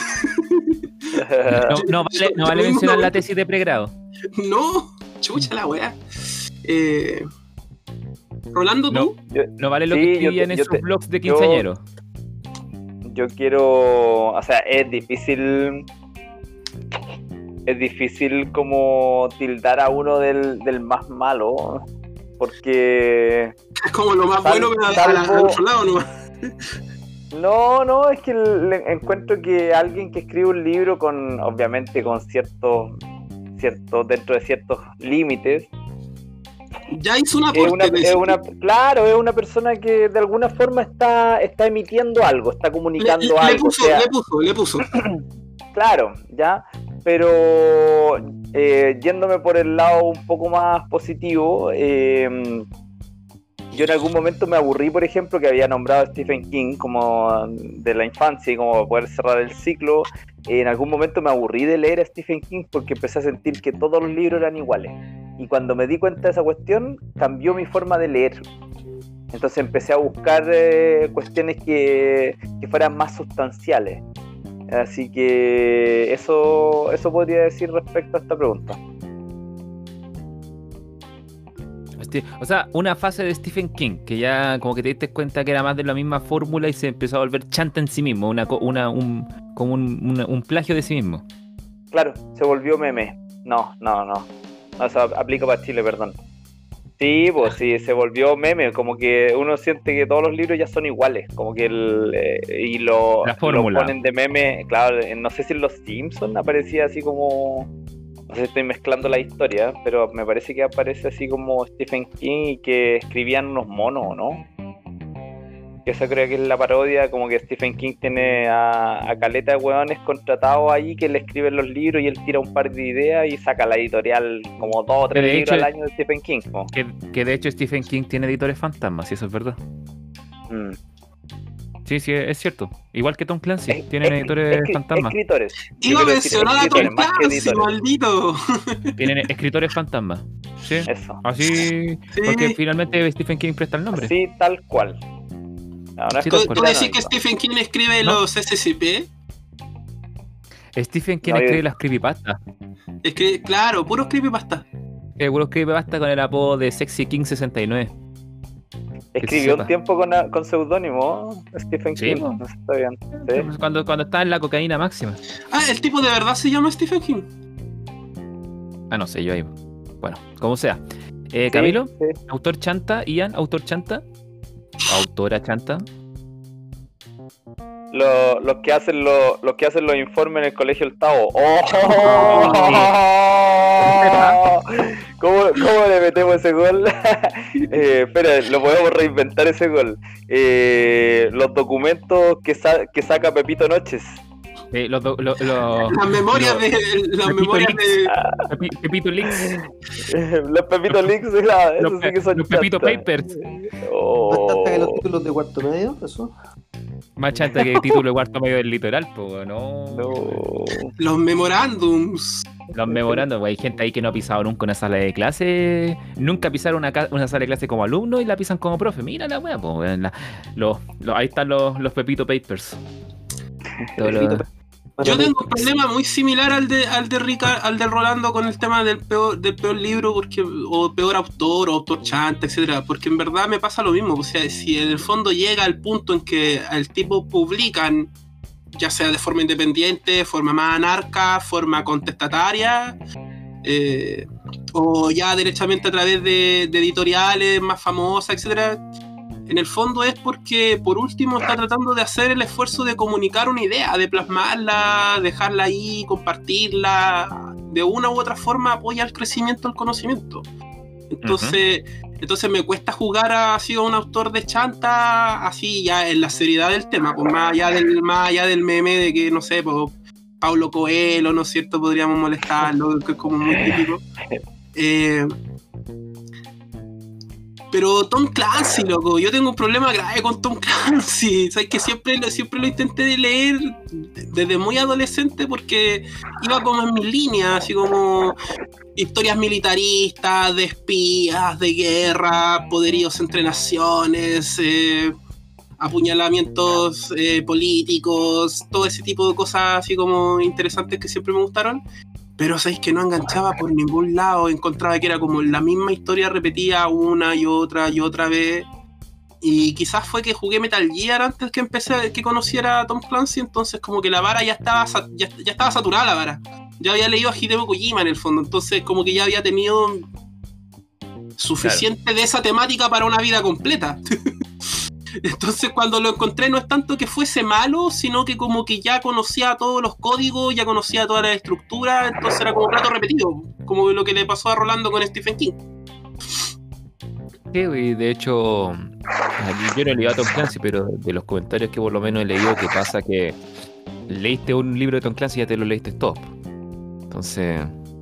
No, no vale, no vale Yo- mencionar la tesis de pregrado. No, chucha la wea. Eh, Rolando, No. tú. Yo, No vale lo Sí, que yo escribían te- en yo sus te- blogs de yo- quinceañero. yo quiero, o sea, es difícil, es difícil como tildar a uno del, del más malo, porque Es como lo más Sal- bueno, pero a- a la- al salvo- otro lado nomás. no, no, es que le- encuentro que alguien que escribe un libro con, obviamente, con ciertos, ciertos, dentro de ciertos límites, Ya hizo una es una, aporte. es una, claro, es una persona que de alguna forma está, está emitiendo algo, está le, comunicando le- le algo, puso, o sea, le puso, le puso. claro, ya, pero eh, yéndome por el lado un poco más positivo, eh, yo en algún momento me aburrí, por ejemplo, que había nombrado a Stephen King como de la infancia y como para poder cerrar el ciclo. En algún momento me aburrí de leer a Stephen King porque empecé a sentir que todos los libros eran iguales. Y cuando me di cuenta de esa cuestión, cambió mi forma de leer. Entonces empecé a buscar eh, cuestiones que, que fueran más sustanciales. Así que eso, eso podría decir respecto a esta pregunta. Este, o sea, una fase de Stephen King, que ya como que te diste cuenta que era más de la misma fórmula y se empezó a volver chanta en sí mismo, una, co- una, un, como un, una- un plagio de sí mismo. Claro, se volvió meme. No, no, no. No, eso aplica para Chile, perdón. Sí, pues sí, se volvió meme, como que uno siente que todos los libros ya son iguales, como que el eh, y lo, La lo fórmula. ponen de meme, claro, en- no sé si en Los Simpsons aparecía así como, no sé si estoy mezclando la historia, pero me parece que aparece así como Stephen King y que escribían unos monos, ¿no? que eso creo que es la parodia, como que Stephen King tiene a, a caleta de hueones contratados ahí que le escriben los libros y él tira un par de ideas y saca la editorial como dos o tres De libros hecho, al año de Stephen King, po. Que, que de hecho Stephen King tiene editores fantasmas, y eso es verdad. Mm. Sí, sí, es cierto. Igual que Tom Clancy, Es- tienen es- editores escri- fantasmas. Escritores. Yo Iba a quiero decir mencionar a Tom escritores, más que Clancy, editores. maldito. Tienen escritores fantasmas. Sí. Eso. Así, Sí. porque finalmente Stephen King presta el nombre. Así, tal cual. No, no es Sí, ¿Tú, tal tú cual. decís que Stephen King escribe ¿No? los S C P? Stephen King No, escribe yo- las creepypastas. Escribe, claro, puro creepypasta. Seguro creepypasta con el apodo de Sexy King sesenta y nueve. Escribió sepa. un tiempo con, con seudónimo Stephen Sí, King. po. No sé, está bien. Sí. Cuando, cuando está en la cocaína máxima. Ah, ¿el tipo de verdad se llama Stephen King? Ah, no sé, yo ahí. Bueno, como sea. Eh, Sí, Camilo, sí. autor chanta, Ian, autor chanta. Autora chanta. Los, los que hacen los, los que hacen los informes en el colegio del Tavo. ¡Oh! ¿Cómo, ¿Cómo le metemos ese gol? eh, espera, lo podemos reinventar ese gol. Eh, los documentos que, sa- que saca Pepito Noches. Eh, los, do- lo- lo- Las memorias lo- de. Las Pepito memorias de. Pepi- Pepito Leaks. los Pepito Leaks, claro, Los, eso sí que son los Pepito chantas. Papers. Oh. ¿No está que los títulos de cuarto medio? ¿Eso? Más chanta que el título de cuarto medio del litoral, pues no. No. Los memorándums. Los memorando, pues, hay gente ahí que no ha pisado nunca una sala de clase, nunca pisaron una, ca- una sala de clase como alumno y la pisan como profe. Mira la wea, pues, weón, la- los- los- ahí están los, los Pepito Papers. Todo lo- Pepito Yo tengo un problema muy similar al de al de Rica, al del Rolando con el tema del peor, del peor libro porque o peor autor o autor chanta, etcétera, porque en verdad me pasa lo mismo, o sea, si en el fondo llega al punto en que el tipo publican, ya sea de forma independiente, forma más anarca, forma contestataria, eh, o ya derechamente a través de, de editoriales más famosas, etcétera. En el fondo es porque, por último, está tratando de hacer el esfuerzo de comunicar una idea, de plasmarla, dejarla ahí, compartirla. De una u otra forma apoya el crecimiento del conocimiento. Entonces, entonces me cuesta jugar a, así a un autor de chanta, así ya en la seriedad del tema, pues más allá del, más allá del meme de que, no sé, pues, Paulo Coelho, ¿no es cierto? Podríamos molestarlo, que es como muy típico. Eh, Pero Tom Clancy, loco, yo tengo un problema grave con Tom Clancy. Sabes que siempre, lo- siempre lo intenté de leer desde muy adolescente porque iba como en mi línea, así como historias militaristas, de espías, de guerra, poderíos entre naciones, eh, apuñalamientos eh, políticos, todo ese tipo de cosas así como interesantes que siempre me gustaron. Pero sabéis que no enganchaba por ningún lado, encontraba que era como la misma historia repetida una y otra y otra vez. Y quizás fue que jugué Metal Gear antes que empecé, que conociera a Tom Clancy, entonces como que la vara ya estaba, sa- ya, ya estaba saturada la vara. Ya había leído a Hideo Kojima en el fondo, entonces como que ya había tenido suficiente de esa temática para una vida completa. Entonces cuando lo encontré no es tanto que fuese malo, sino que como que ya conocía todos los códigos, ya conocía toda la estructura, entonces era como plato repetido, como lo que le pasó a Rolando con Stephen King. Sí, y de hecho, yo no he leído a Tom Clancy, pero de los comentarios que por lo menos he leído, que pasa que leíste un libro de Tom Clancy y ya te lo leíste todo. Entonces,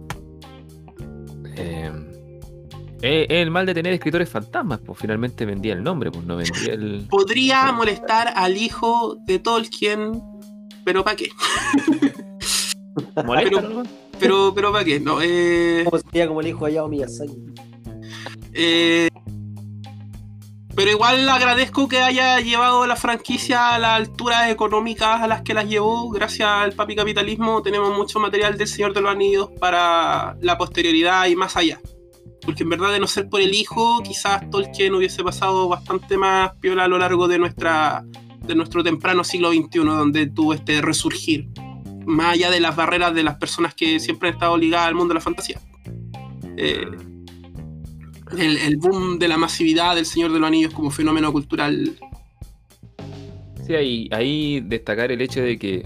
eh, es es el mal de tener escritores fantasmas, pues finalmente vendía el nombre, pues no vendía el... Podría molestar al hijo de Tolkien, pero ¿para qué? ¿Molesta, Pero- no? Pero, pero ¿para qué? No, eh, Como sería como el hijo de Hayao Miyazaki. eh, pero igual agradezco que haya llevado la franquicia a las alturas económicas a las que las llevó. Gracias al papi capitalismo tenemos mucho material del Señor de los Anillos para la posterioridad y más allá. Porque en verdad, de no ser por el hijo, quizás Tolkien hubiese pasado bastante más piola a lo largo de nuestra de nuestro temprano siglo veintiuno, donde tuvo este resurgir, más allá de las barreras de las personas que siempre han estado ligadas al mundo de la fantasía. Eh, el, el boom de la masividad del Señor de los Anillos como fenómeno cultural. Sí, ahí, ahí destacar el hecho de que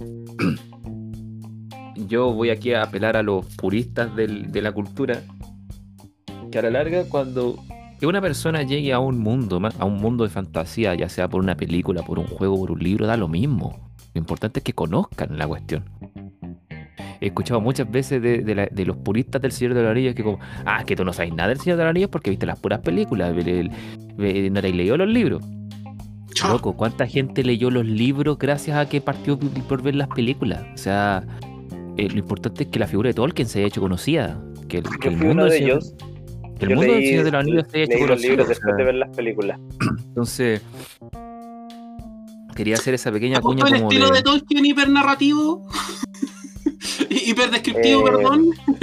yo voy aquí a apelar a los puristas del- de la cultura, que a la larga cuando que una persona llegue a un mundo, ma- a un mundo de fantasía, ya sea por una película, por un juego, por un libro, da lo mismo. Lo importante es que conozcan la cuestión. He escuchado muchas veces de, de la- de los puristas del Señor de los Anillos que como, ah, que tú no sabes nada del Señor de los Anillos porque viste las puras películas, el- el- el- no te has leído los libros. Chao. Loco, ¿cuánta gente leyó los libros gracias a que partió por por ver las películas? O sea, eh, lo importante es que la figura de Tolkien se haya hecho conocida. Que el, que Yo el fui mundo uno del de Señor, ellos. que el Yo mundo del leí, Señor de los Anillos se haya hecho leí los conocido. libros O después sea, de ver las películas. entonces, quería hacer esa pequeña ¿Te gustó cuña el como estilo de de... Tolkien hipernarrativo? Hiperdescriptivo, Eh, perdón.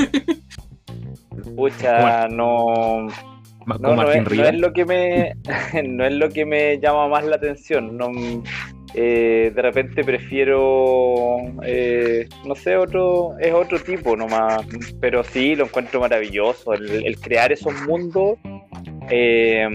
Pucha, no, ma- no, Como no Martín es, no Rivas. es lo que me, no es lo que me llama más la atención. No, eh, de repente prefiero, eh, no sé, otro, es otro tipo nomás, pero sí lo encuentro maravilloso. El, el crear esos mundos, eh,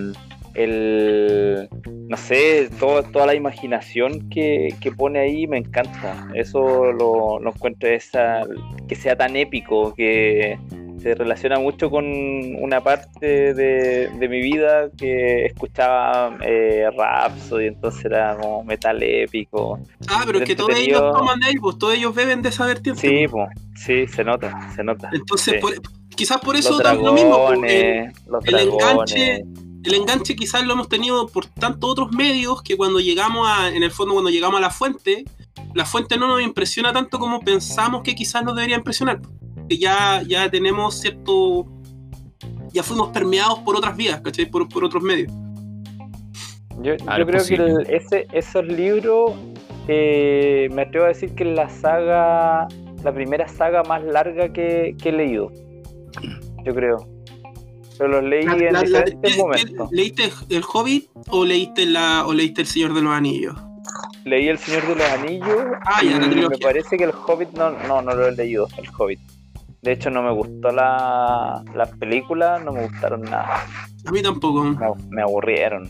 el, no sé, todo- toda la imaginación que, que pone ahí me encanta. Eso lo, lo encuentro esa, que sea tan épico, que se relaciona mucho con una parte de, de mi vida que escuchaba eh, Rhapsody, entonces era como metal épico. Ah, pero es que todos entretenido. ellos toman de ahí, pues todos ellos beben de esa vertiente. Sí, pues. pues, sí, se nota, se nota. Entonces, Sí. por- quizás por Los eso da lo mismo. pues, el- dragones, los el enganche, dragones. el enganche quizás lo hemos tenido por tantos otros medios que cuando llegamos a, en el fondo, cuando llegamos a la fuente, la fuente no nos impresiona tanto como pensamos que quizás nos debería impresionar. Que ya, ya tenemos cierto. Ya fuimos permeados por otras vías, ¿cachai? Por, por otros medios. Yo, Ah, yo es creo posible. que el- ese, esos libros, eh, me atrevo a decir que es la saga, la primera saga más larga que, que he leído. Yo creo. Pero los leí La- en la- la- diferentes ¿qué- momentos. qué- ¿Leíste El Hobbit o leíste, la, o leíste El Señor de los Anillos? Leí El Señor de los Anillos Ah, y ya, la trilogía. me parece que el Hobbit no, no, no lo he leído, el Hobbit. De hecho, no me gustó la, las películas, no me gustaron nada. A mí tampoco. Me, me aburrieron.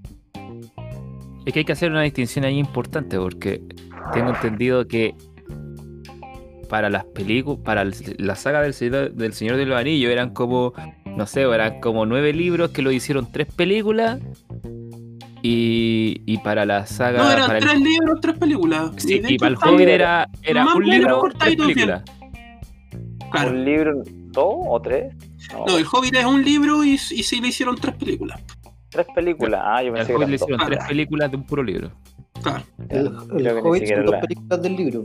Es que hay que hacer una distinción ahí importante porque tengo entendido que para las películas, para el- la saga del Señor, del Señor de los Anillos eran como, no sé, eran como nueve libros que lo hicieron tres películas y, y para la saga... No, eran para el- tres libros, tres películas. sí, de y hecho para el están- Hobbit era, era más un o menos libro, tres cortaditos bien. películas. Claro. ¿Un libro, dos o tres? No, No, El Hobbit es un libro y, y sí le hicieron tres películas. tres películas. Ah, yo Al pensé que Hobbit eran le dos. hicieron tres películas de un puro libro. Claro. El, Creo el que ni Hobbit siquiera son dos la- películas del libro.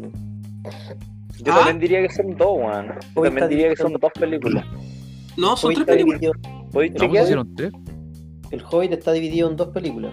Yo Ah. también diría que son dos, weón. Yo Hobbit también está diría que son dividido- dos películas. No, son Hobbit tres está películas. dividido- ¿Podéis ¿Cómo se chequear? hicieron tres? el Hobbit está dividido en dos películas.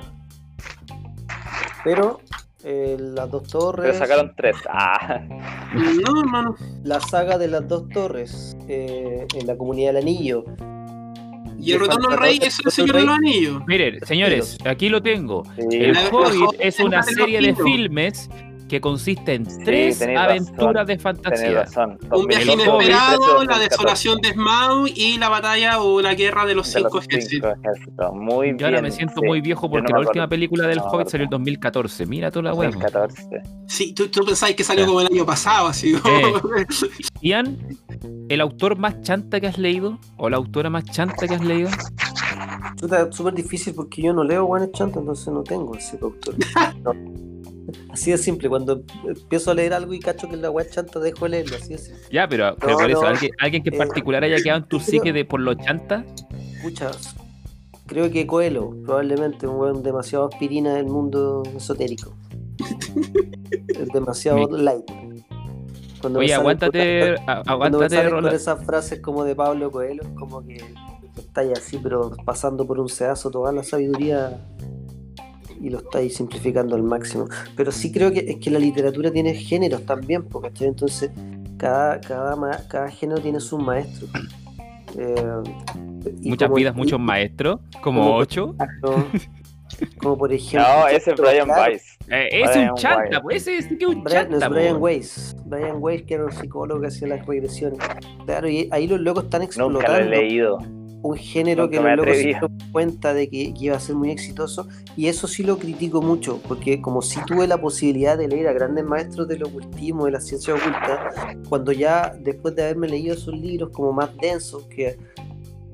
Pero eh, las dos Pero torres, sacaron tres. Ah, No, hermano. la saga de las dos torres, eh, en la Comunidad del Anillo. Y el retorno del rey es el Señor de los Anillos. Miren, señores, aquí lo tengo. sí. El La- Hobbit Hobbit es es una una de los serie de libros. filmes que consiste en tres tenéis aventuras razón, de Tenés fantasía. razón. Un viaje El Hobbit, inesperado, la dos mil catorce. desolación de Smaug y la batalla o la guerra de los De los cinco ejércitos. cinco ejércitos. Muy bien. Yo ahora me siento sí. muy viejo Yo porque no me la última acuerdo. película del No me Hobbit salió en acuerdo. dos mil catorce. Mira tú la wea. dos mil catorce. Sí, tú, tú pensáis que salió Ya. como el año pasado, así. como- Ian, ¿el autor más chanta que has leído? ¿O la autora más chanta que has leído? Chuta, es súper difícil porque yo no leo Juan Chanta, entonces no tengo ese autor. No. Así de simple, cuando empiezo a leer algo y cacho que es la web chanta, dejo de leerlo, así de simple. Ya, pero, pero No, por eso, no. ¿alguien, alguien que en Eh, particular haya quedado en tu creo- psique de por lo chanta? Pucha, creo que Coelho, probablemente un weón demasiado aspirina del mundo esotérico. Es demasiado Mi- light. Cuando me Oye, salen aguántate, con- a- Cuando me aguántate, salen con Rola. esas frases como de Pablo Coelho, es como que estáis así, pero pasando por un sedazo toda la sabiduría y lo estáis simplificando al máximo. Pero sí creo que es que la literatura tiene géneros también, porque entonces cada, cada, ma- cada género tiene sus maestros. Eh, y Muchas como- vidas, y- muchos maestros, como como- ocho. no, como por ejemplo. No, ese es Brian claro, Weiss. Eh, ese es Brian un chanta, Weiss. pues ese sí que es un Brian, no, chanta, es Brian po. Weiss. Brian Weiss, que era un psicólogo que hacía las regresiones. Claro, y ahí los locos están Nunca lo he explotando leído. un género Nunca que me los locos se atreví. dieron cuenta de que, que iba a ser muy exitoso, y eso sí lo critico mucho, porque como sí tuve la posibilidad de leer a grandes maestros del ocultismo, de la ciencia oculta, cuando ya después de haberme leído esos libros como más densos, que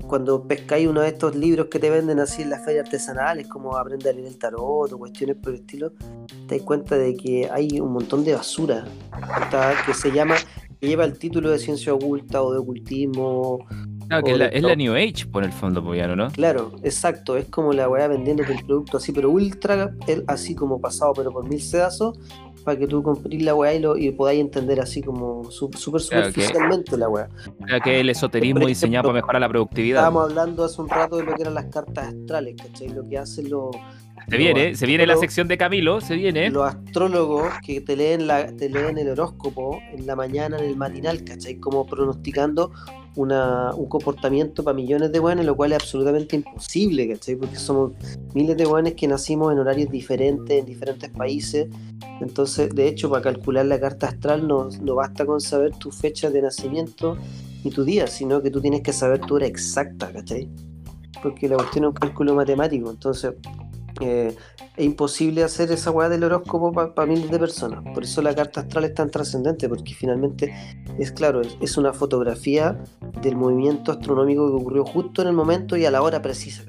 cuando pescáis uno de estos libros que te venden así en las ferias artesanales, como Aprende a leer el tarot o cuestiones por el estilo, te das cuenta de que hay un montón de basura ¿tá? que se llama, que lleva el título de ciencia oculta o de ocultismo. Claro, que es la, es la New Age, por el fondo, Poyano, ¿no? Claro, exacto, es como la weá vendiéndote el producto así, pero ultra, así como pasado, pero por mil sedazos, para que tú comprís la weá y, lo, y podáis entender así como súper superficialmente claro, la weá. Claro que el esoterismo diseñado para mejorar la productividad. Estábamos hablando hace un rato de lo que eran las cartas astrales, ¿cachai? Lo que hacen los... Se viene, se viene la sección de Camilo, se viene. Los astrólogos que te leen, la, te leen el horóscopo en la mañana, en el matinal, ¿cachai? Como pronosticando una, un comportamiento para millones de weones, lo cual es absolutamente imposible, ¿cachai? Porque somos miles de weones que nacimos en horarios diferentes, en diferentes países. Entonces, de hecho, para calcular la carta astral no, no basta con saber tu fecha de nacimiento ni tu día, sino que tú tienes que saber tu hora exacta, ¿cachai? Porque la cuestión es un cálculo matemático, entonces... Eh, es imposible hacer esa weá del horóscopo para pa miles de personas. Por eso la carta astral es tan trascendente, porque finalmente es claro, es, es una fotografía del movimiento astronómico que ocurrió justo en el momento y a la hora precisa.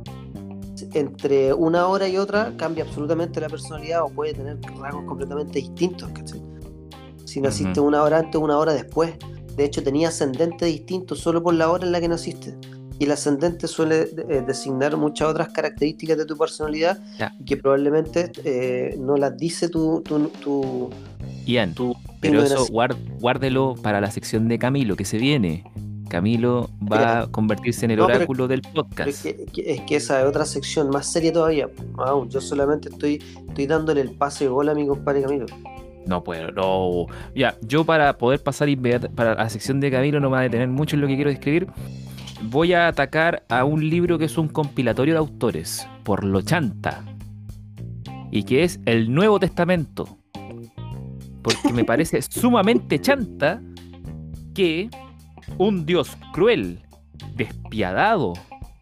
Entre una hora y otra cambia absolutamente la personalidad o puede tener rasgos completamente distintos, ¿cachai? Si naciste uh-huh. una hora antes o una hora después. De hecho, tenía ascendente distinto solo por la hora en la que naciste. Y el ascendente suele eh, designar muchas otras características de tu personalidad yeah. que probablemente eh, no las dice tu... tu, tu Ian, tu pero eso guard, guárdelo para la sección de Camilo, que se viene. Camilo va Mira, a convertirse en el no, oráculo pero, del podcast. Es que, es que esa es otra sección más seria todavía. Wow, yo solamente estoy, estoy dándole el pase de gol a mi compadre Camilo. No puedo, no. Ya, yo para poder pasar para la sección de Camilo no me va a detener mucho en lo que quiero describir. Voy a atacar a un libro que es un compilatorio de autores, por lo chanta, y que es el Nuevo Testamento. Porque me parece sumamente chanta que un Dios cruel, despiadado,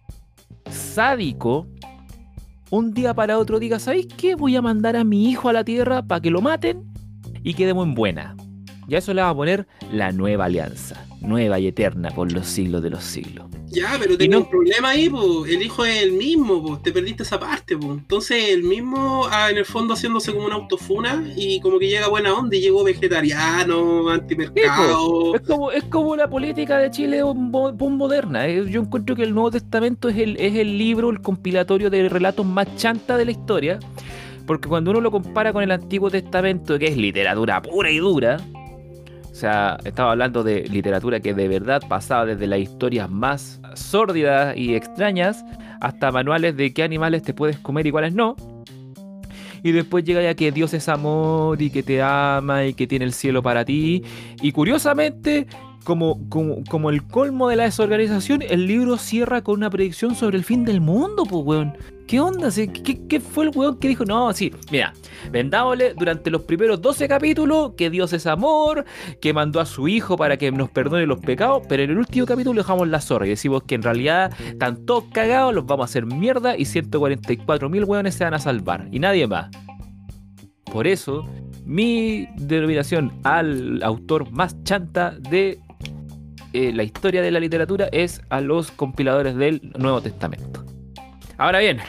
sádico, un día para otro diga, ¿sabéis qué? Voy a mandar a mi hijo a la tierra para que lo maten y quedemos en buena. Y a eso le vamos a poner la nueva alianza, nueva y eterna por los siglos de los siglos. Ya, pero tengo no... un problema ahí, po. El hijo es el mismo, po. Te perdiste esa parte, po. Entonces el mismo, ah, en el fondo haciéndose como una autofuna y como que llega buena onda y llegó vegetariano, antimercado. Sí, es como es como la política de Chile moderna. Yo encuentro que el Nuevo Testamento es el, es el libro, el compilatorio de relatos más chanta de la historia, porque cuando uno lo compara con el Antiguo Testamento, que es literatura pura y dura, o sea, estaba hablando de literatura que de verdad pasaba desde las historias más sórdidas y extrañas hasta manuales de qué animales te puedes comer y cuáles no. Y después llega ya que Dios es amor y que te ama y que tiene el cielo para ti. Y curiosamente, como, como, como el colmo de la desorganización, el libro cierra con una predicción sobre el fin del mundo, pues, weón. ¿Qué onda? ¿Qué, ¿Qué fue el weón que dijo? No, sí, mira, vendámosle durante los primeros doce capítulos que Dios es amor, que mandó a su hijo para que nos perdone los pecados, pero en el último capítulo dejamos la zorra y decimos que en realidad están todos cagados, los vamos a hacer mierda y ciento cuarenta y cuatro mil weones se van a salvar y nadie más. Por eso, mi denominación al autor más chanta de eh, la historia de la literatura es a los compiladores del Nuevo Testamento. Ahora bien,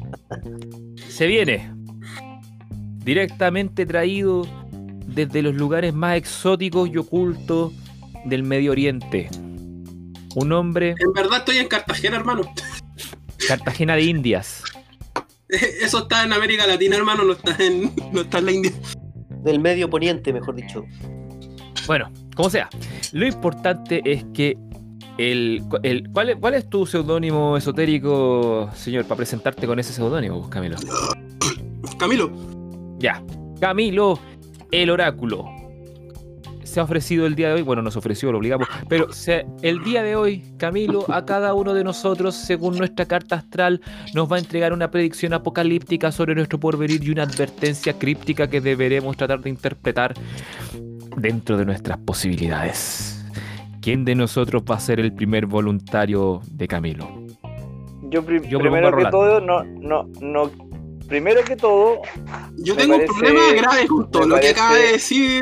se viene directamente traído desde los lugares más exóticos y ocultos del Medio Oriente. Un hombre... En verdad estoy en Cartagena, hermano. Cartagena de Indias. Eso está en América Latina, hermano, no está en, no está en la India. Del Medio Poniente, mejor dicho. Bueno, como sea, lo importante es que El, el, ¿cuál, es, ¿Cuál es tu seudónimo esotérico, señor, para presentarte con ese seudónimo, Camilo? Camilo. Ya, Camilo, el oráculo. Se ha ofrecido el día de hoy, bueno, nos ofreció, lo obligamos, pero se, el día de hoy, Camilo, a cada uno de nosotros, según nuestra carta astral, nos va a entregar una predicción apocalíptica sobre nuestro porvenir y una advertencia críptica que deberemos tratar de interpretar dentro de nuestras posibilidades. ¿Quién de nosotros va a ser el primer voluntario de Camilo? Yo, prim- Yo primero que todo, no, no, no, primero que todo... Yo tengo parece, un problema grave con todo lo parece, que acaba de decir.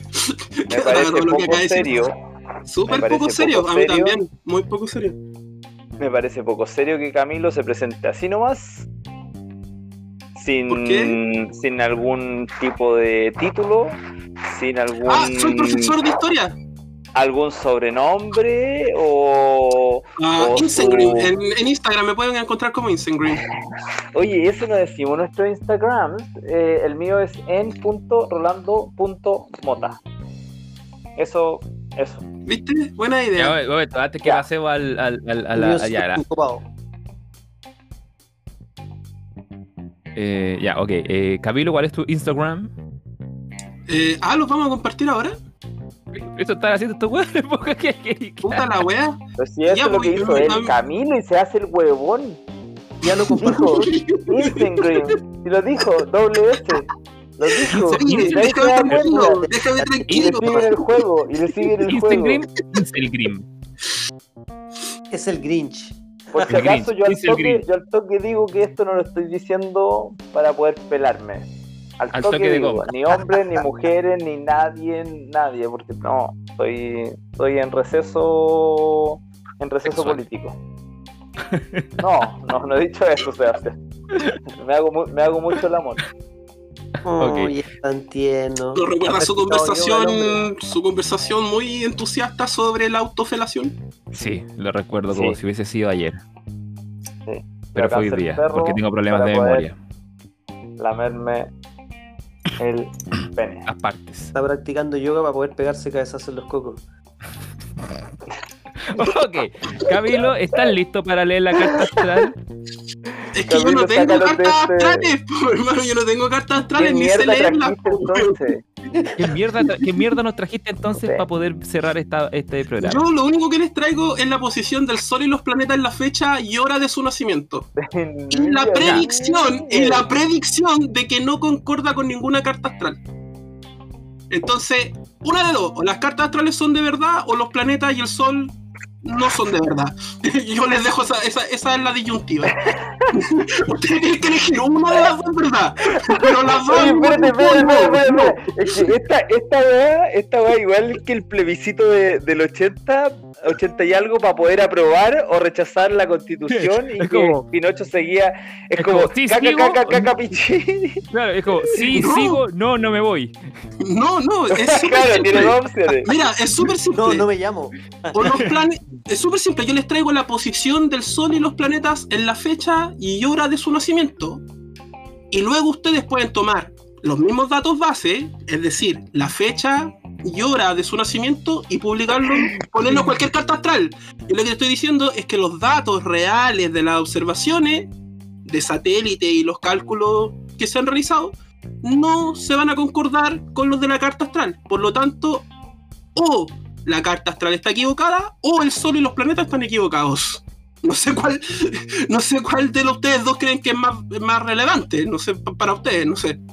Me parece poco serio. Súper poco serio, a mí también, muy poco serio. me parece poco serio que Camilo se presente así nomás, sin, ¿Por qué? sin algún tipo de título, sin algún... Ah, soy profesor de historia. algún sobrenombre o... Ah, o Instagram. su- En, en Instagram me pueden encontrar como Instagram. Oye, eso no decimos nuestro Instagram. Eh, el mío es en punto rolando punto mota. Eso, eso. ¿Viste? Buena Ya, idea. un momento, antes que Ya. pasemos al, al, al, a El la, mío a- sí ya, la- está ocupado. eh, ya, ok. Eh, Camilo, ¿cuál es tu Instagram? Eh, ah, ¿los vamos a compartir ahora? Esto están haciendo estos huevos. ¿Qué- qué- qué- Puta la wea. Pero si eso Ya, es lo que porque- hizo él, a mí- Camilo, y se hace el huevón. Ya lo dijo. Instagram. Si lo dijo, doble S. Lo dijo. Oye, Y nadie se déjame da tranquilo, cuenta. déjame Y le tranquilo. siguen el juego. Y le siguen el juego. Instagram, Instagram. Es el Grinch. Por si El acaso Grinch, yo al, dice el toque, Grinch. yo al toque digo que esto no lo estoy diciendo para poder pelarme. Al, Al toque, toque de digo, goma. ni hombres, ni mujeres, ni nadie, nadie, porque no, estoy, estoy en receso, en receso Sexual. político. No, no, no he dicho eso, Sebastián. Me hago, mu- me hago mucho el amor. Oh, Ok. ya tan tierno. ¿No recuerda su Ha practicado yoga el hombre. conversación, su conversación muy entusiasta sobre la autofelación? Sí, lo recuerdo como Sí. si hubiese sido ayer. Sí. Pero fue hoy Alcanza el día, perro porque tengo problemas para de poder memoria. Lamerme el pene. Las partes. Está practicando yoga para poder pegarse cabezazos en los cocos. Ok, Camilo, ¿estás listo para leer la carta astral? Es que yo Camilo, no tengo sácalos de cartas este- astrales, po, hermano, yo no tengo cartas ¿Qué astrales ni sé mierda leerlas. trajiste po, weón. entonces? ¿Qué mierda, tra- qué mierda nos trajiste entonces Sí. para poder cerrar esta, este programa? Yo lo único que les traigo es la posición del Sol y los planetas en la fecha y hora de su nacimiento. Y la Mira, predicción, y mira. la predicción de que no concorda con ninguna carta astral. Entonces, una de dos, o las cartas astrales son de verdad, o los planetas y el Sol no son de verdad. Yo les dejo esa, esa, esa es la disyuntiva. Ustedes tienen que elegir una de las dos, ¿verdad? Pero las dos. Oye, al mismo espérate, tiempo, espérate, no, espérate, no. espérate. Es que esta, esta weá, esta weá igual que el plebiscito de, del ochenta, ochenta y algo para poder aprobar o rechazar la constitución y Es que como- Pinocho seguía, es, es como, como, sí, caca, sigo. caca, caca, pichín. Claro, es como, sí, No. sigo, no, no me voy. No, no, es súper Claro, tiene simple. dos opciones. Mira, es súper simple. No, no me llamo. O los planes, es súper simple, yo les traigo la posición del Sol y los planetas en la fecha y hora de su nacimiento. Y luego ustedes pueden tomar los mismos datos base, es decir, la fecha y hora de su nacimiento y publicarlo, ponerlo en cualquier carta astral. Y lo que te estoy diciendo es que los datos reales de las observaciones de satélite y los cálculos que se han realizado no se van a concordar con los de la carta astral. Por lo tanto, o la carta astral está equivocada o el Sol y los planetas están equivocados. No sé cuál, no sé cuál de los ustedes dos creen que es más, más relevante, no sé, pa- para ustedes, no sé.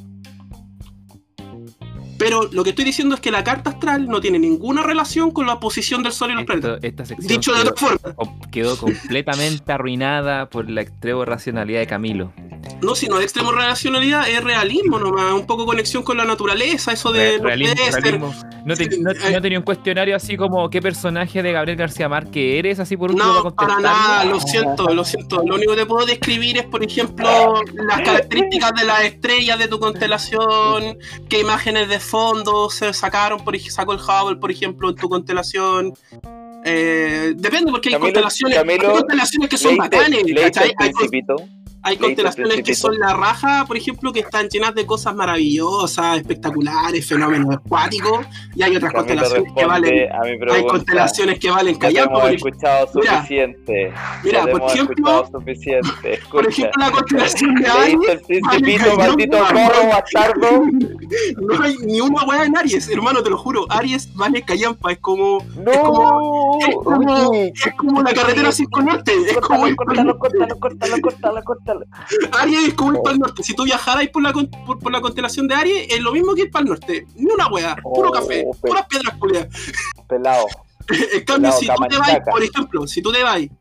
Pero lo que estoy diciendo es que la carta astral no tiene ninguna relación con la posición del Sol y los Esto- planetas. esta sección Dicho de quedó, otra forma, com- quedó completamente arruinada por la extrema racionalidad de Camilo. no, si no es extremo racionalidad, es realismo nomás, un poco conexión con la naturaleza, eso de Re- no realismo, puede ser- realismo. No, te- no- no tenía un cuestionario así como qué personaje de Gabriel García Márquez eres, así por último No, para para contestarlo. nada, lo siento, lo siento. Lo único que te puedo describir es, por ejemplo, las características de las estrellas de tu constelación, qué imágenes de fondo se sacaron, por ej- sacó el Hubble, por ejemplo, en tu constelación. Eh, depende, porque hay Camilo- constelaciones, Camilo, hay constelaciones que son Leíste, bacanes, leíste ¿cachai? el Hay, con- Principito. hay leíste el constelaciones que Principito. son la raja, por ejemplo, que están llenas de cosas maravillosas, espectaculares, fenómenos acuáticos, y hay otras Camilo constelaciones que valen, responde a mi pregunta. hay constelaciones que valen Ya te callampa, hemos por ejemplo. escuchado Mira, suficiente. mira, Ya te por hemos ejemplo- escuchado suficiente. Por Escucha. ejemplo, la constelación de Aries, Leíste el Principito, Vale, maldito callampa, zorro weón. bastardo. no hay ni una weá en Aries, hermano, te lo juro. Aries vale callampa, es como, No. es como, es como, Oye, es como la carretera cinco norte, es como ir por- Córtalo, córtalo, córtalo, córtalo, córtalo. Aries es como ir para el norte. Si tú viajaras por la, con- por, por la constelación de Aries, es lo mismo que ir para el norte. Ni una weá, puro Oh, café, pero- puras piedras culiadas. Pelado. En cambio, Pelado, si tú te vas, Camanchaca. por ejemplo, si tú te vas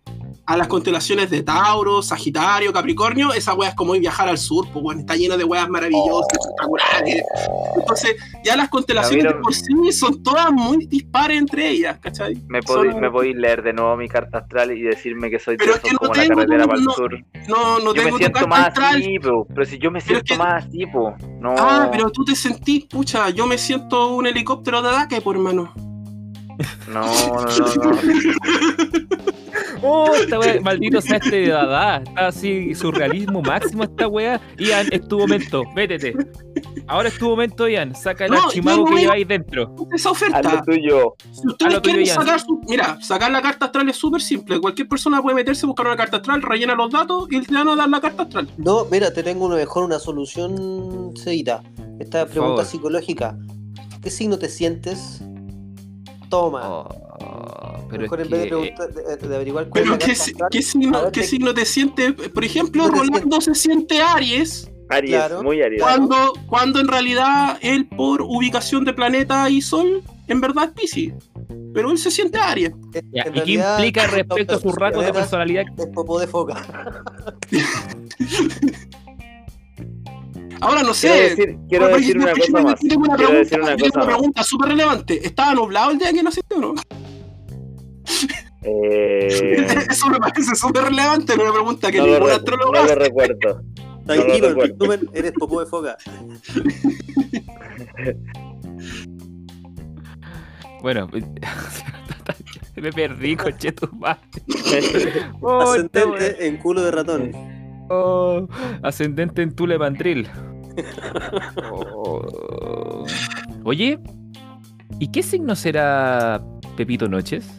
a las constelaciones de Tauro, Sagitario, Capricornio, esa wea es como ir viajar al sur, pues bueno, está llena de weas maravillosas, espectaculares. Entonces, ya las constelaciones No, de por sí son todas muy dispares entre ellas, ¿cachai? Me podéis, Son- me podéis leer de nuevo mi carta astral y decirme que soy Pero de es que esos no como la tengo carretera tu- para el no- sur. No, no Yo me tengo tu siento carta más astral. así, po, pero si yo me Pero es siento que- más así, po. No. Ah, pero tú te sentís, pucha, yo me siento un helicóptero de ataque, por hermano. No, no, no, no. Oh, esta wea, maldito sea este de Dada. Está así, surrealismo máximo esta wea. Ian, es tu momento, métete. Ahora es tu momento, Ian. Saca el No, archimago yo no que me- lleváis dentro. Esa Haz oferta, lo tuyo. si ustedes Haz lo tuyo, quieren Ian. sacar su... Mira, sacar la carta astral es súper simple. Cualquier persona puede meterse, buscar una carta astral, rellena los datos y le van a dar la carta astral. No, mira, te tengo una mejor una solución, Cedita. Esta Por pregunta favor. psicológica. ¿Qué signo te sientes? Toma. Oh, pero Mejor es en vez de, que... preguntar, de, de averiguar cuál Pero es la ¿qué, carta si- astral, qué a signo, ver qué de- signo te siente? Por ejemplo, ¿Cómo te Rolando se siente Aries, Aries, Claro. muy Aries. Claro. cuando, cuando en realidad él, por ubicación de planeta y sol, en verdad es Piscis. Pero él se siente Aries. en Ya, ¿y qué realidad, implica respecto a sus rasgos de veras, personalidad? Es popó de foca. Ahora no Quiero sé. decir, quiero Pero, decir pero, una pero, cosa yo más. tengo una Quiero pregunta, decir una yo tengo cosa una más. pregunta súper relevante. ¿Estaba nublado el día que naciste o no? Eh, Eso me parece súper relevante, una pregunta que no, lo ningún re- astrólogo no lo hace. recuerdo. Tranquilo, en recuerdo. resumen, eres popó de foca. Bueno, me perdí, conchetumare. Oh, esta wea. Ascendente en culo de ratón. Oh, ascendente en Tule Mandril. Oh. Oye, ¿y qué signo será Pepito Noches?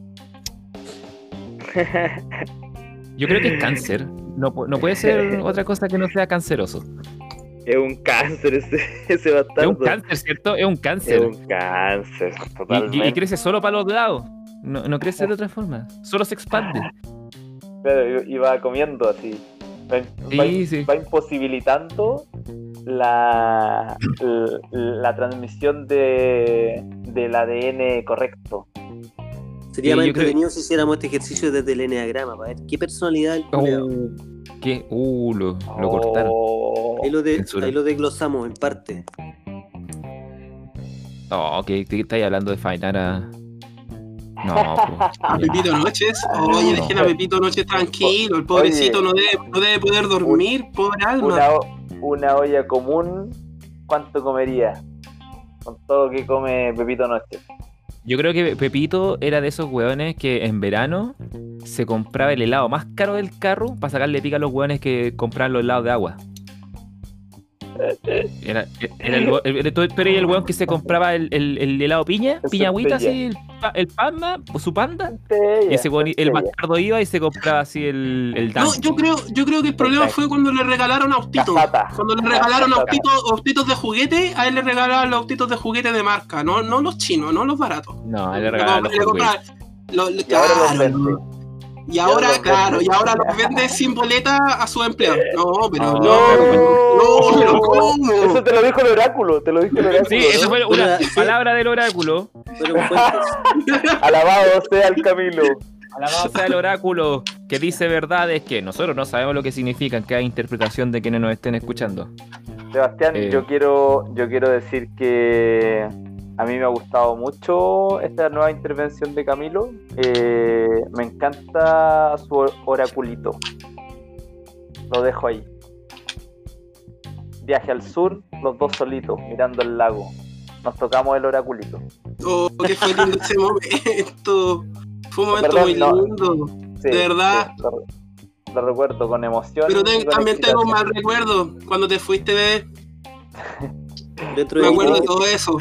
Yo creo que es cáncer. No, pu- no puede ser otra cosa que no sea canceroso. Es un cáncer ese, ese bastardo. Es un cáncer, ¿cierto? Es un Es cáncer. un cáncer, Y, y- totalmente. y crece solo para los lados. No, no crece de otra forma. Solo se expande. Claro, y va comiendo así. Va, Sí, va- sí. va imposibilitando la, la, la transmisión de, del A D N correcto. Sería Sí, más yo creo- entretenido si hiciéramos este ejercicio desde el enneagrama para ver qué personalidad el culeado. Oh, ¿qué? Uh, lo, lo cortaron. Oh, Ahí lo, de, Censura. ahí lo desglosamos en parte. Oh, que que estáis hablando de Fainar a. No, pues. A Pepito Noches. Oye, dejen a Pepito Noches tranquilo. El pobrecito Oye. no debe, no debe poder dormir, pobre alma. una, o- una olla común, ¿cuánto comería? Con todo lo que come Pepito Noche. Yo creo que Pepito era de esos hueones que en verano se compraba el helado más caro del carro para sacarle pica a los hueones que compraban los helados de agua. Era, era el, hue- el- tú tú eres el hueón que se compraba el, el- el helado piña, El piña agüita, piña. así, el, pa- el panda, su panda. Centella, Y ese hueón, el centella. bastardo iba y se compraba así el, el No, Dan. yo creo, yo creo que el problema Exacto. fue cuando le regalaron autitos. Casata. Cuando le regalaron Casata. autitos, autitos de juguete, a él le regalaron los autitos de juguete de marca, no, no los chinos, no los baratos. No, él le Le regalaban los comp- le Hot Wheels. compraron- lo- le- Y ahora los claro, vende. no. Y ahora, los claro, vende. y ahora los vende sin boleta a sus empleados. No, pero No, no, no, pero Eso ¿cómo? te lo dijo el oráculo, te lo dijo el oráculo. Sí, eso ¿no? fue una Una- sí. palabra del oráculo. Pero fuentes. Alabado sea el Camilo. Alabado sea el oráculo que dice verdades que nosotros no sabemos lo que significan, que hay interpretación de quienes nos estén escuchando. Sebastián, Eh. yo quiero yo quiero decir que a mí me ha gustado mucho esta nueva intervención de Camilo. Eh, me encanta su oraculito. Lo dejo ahí. Viaje al sur, los dos solitos, mirando el lago. Nos tocamos el oraculito. Oh, que fue lindo ese momento. Fue un momento Perdón, muy no. lindo. Sí, De verdad. sí, lo, lo recuerdo con emoción. Pero y ten- con también tengo un excitación. mal recuerdo. Cuando te fuiste, bebé, Dentro me de acuerdo de mí, todo eso.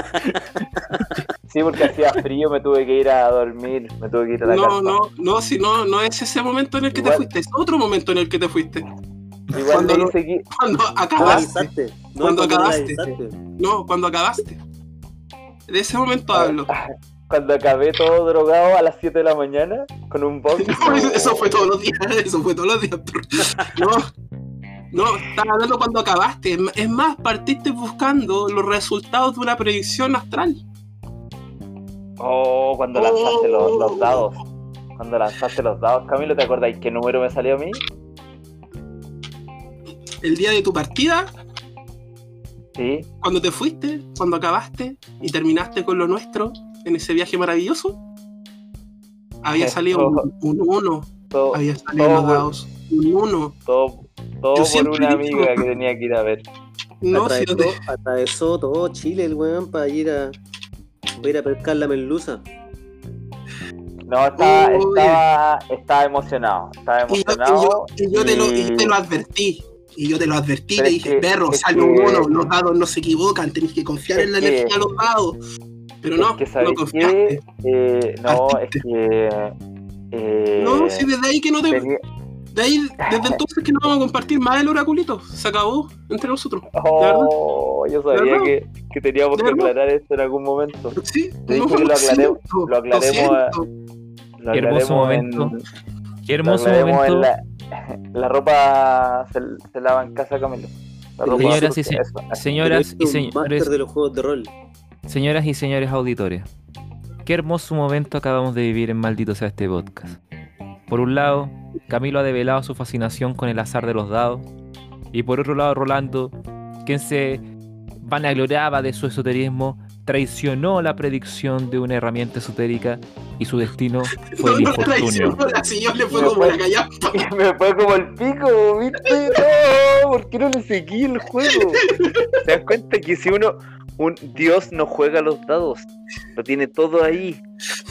Sí, porque hacía frío, me tuve que ir a dormir, me tuve que ir a la No, casa. no, no, si no, no es ese momento en el que te Igual- fuiste, es otro momento en el que te fuiste. Igual cuando le no- hice que- Cuando no acabaste. avisaste. No, Cuando no acabaste. avisaste. No, cuando acabaste. De ese momento hablo. cuando acabé todo drogado a las siete de la mañana con un box. No, eso eso fue todos los días, eso fue todos los días. No, no, estaba hablando cuando acabaste. Es más, partiste buscando los resultados de una predicción astral. Oh, cuando lanzaste los, los dados. Cuando lanzaste los dados, Camilo, ¿te acordáis qué número me salió a mí? El día de tu partida, Sí. cuando te fuiste, cuando acabaste y terminaste con lo nuestro en ese viaje maravilloso, había salido un, un uno, Todo, había salido todo los por- dados, un uno. todo, todo Yo por siempre una he dicho- amiga que tenía que ir a ver. No, si atravesó, no te- atravesó todo Chile el weón para ir a, para ir a pescar la merluza. No, estaba, Oye. estaba, estaba emocionado. Estaba y yo, y emocionado. yo- y yo te lo, y yo te lo y- advertí. Y yo te lo advertí, Pero te es dije, que- perro, es sale que- un uno, los dados no se equivocan, tenés que confiar Es en la que- energía de los dados. Pero no, es que, no ¿sabes confiaste. qué? Eh, no, es Partiste. que. Eh, No, si desde ahí que no te. tenía- De ahí, desde entonces que no vamos a compartir más el oraculito. Se acabó entre nosotros. Oh, yo sabía verdad? que, que teníamos ¿De que verdad? aclarar esto en algún momento. Sí, Te dije no, que lo aclaremos- siento, lo aclaremos a- siento. Lo Qué hermoso aclaremos en- momento. Qué lo hermoso aclaremos momento. en la, la ropa se, se lava en casa, Camilo. La ropa Señoras y sucia, se- eso. Señoras Pero y este es un máster señores, de los juegos de rol. señoras y señores auditores, qué hermoso momento acabamos de vivir en Maldito Sea Este Podcast. Por un lado, Camilo ha develado su fascinación con el azar de los dados, y por otro lado, Rolando, quien se vanagloriaba de su esoterismo, traicionó la predicción de una herramienta esotérica y su destino fue el No, no, infortunio. traicionó, la señora le fue Me como fue- la callampa. Y me fue como el pico, ¿viste? No, ¿por qué no le seguí el juego? ¿Te das cuenta que si uno, un Dios no juega los dados? Lo tiene todo ahí.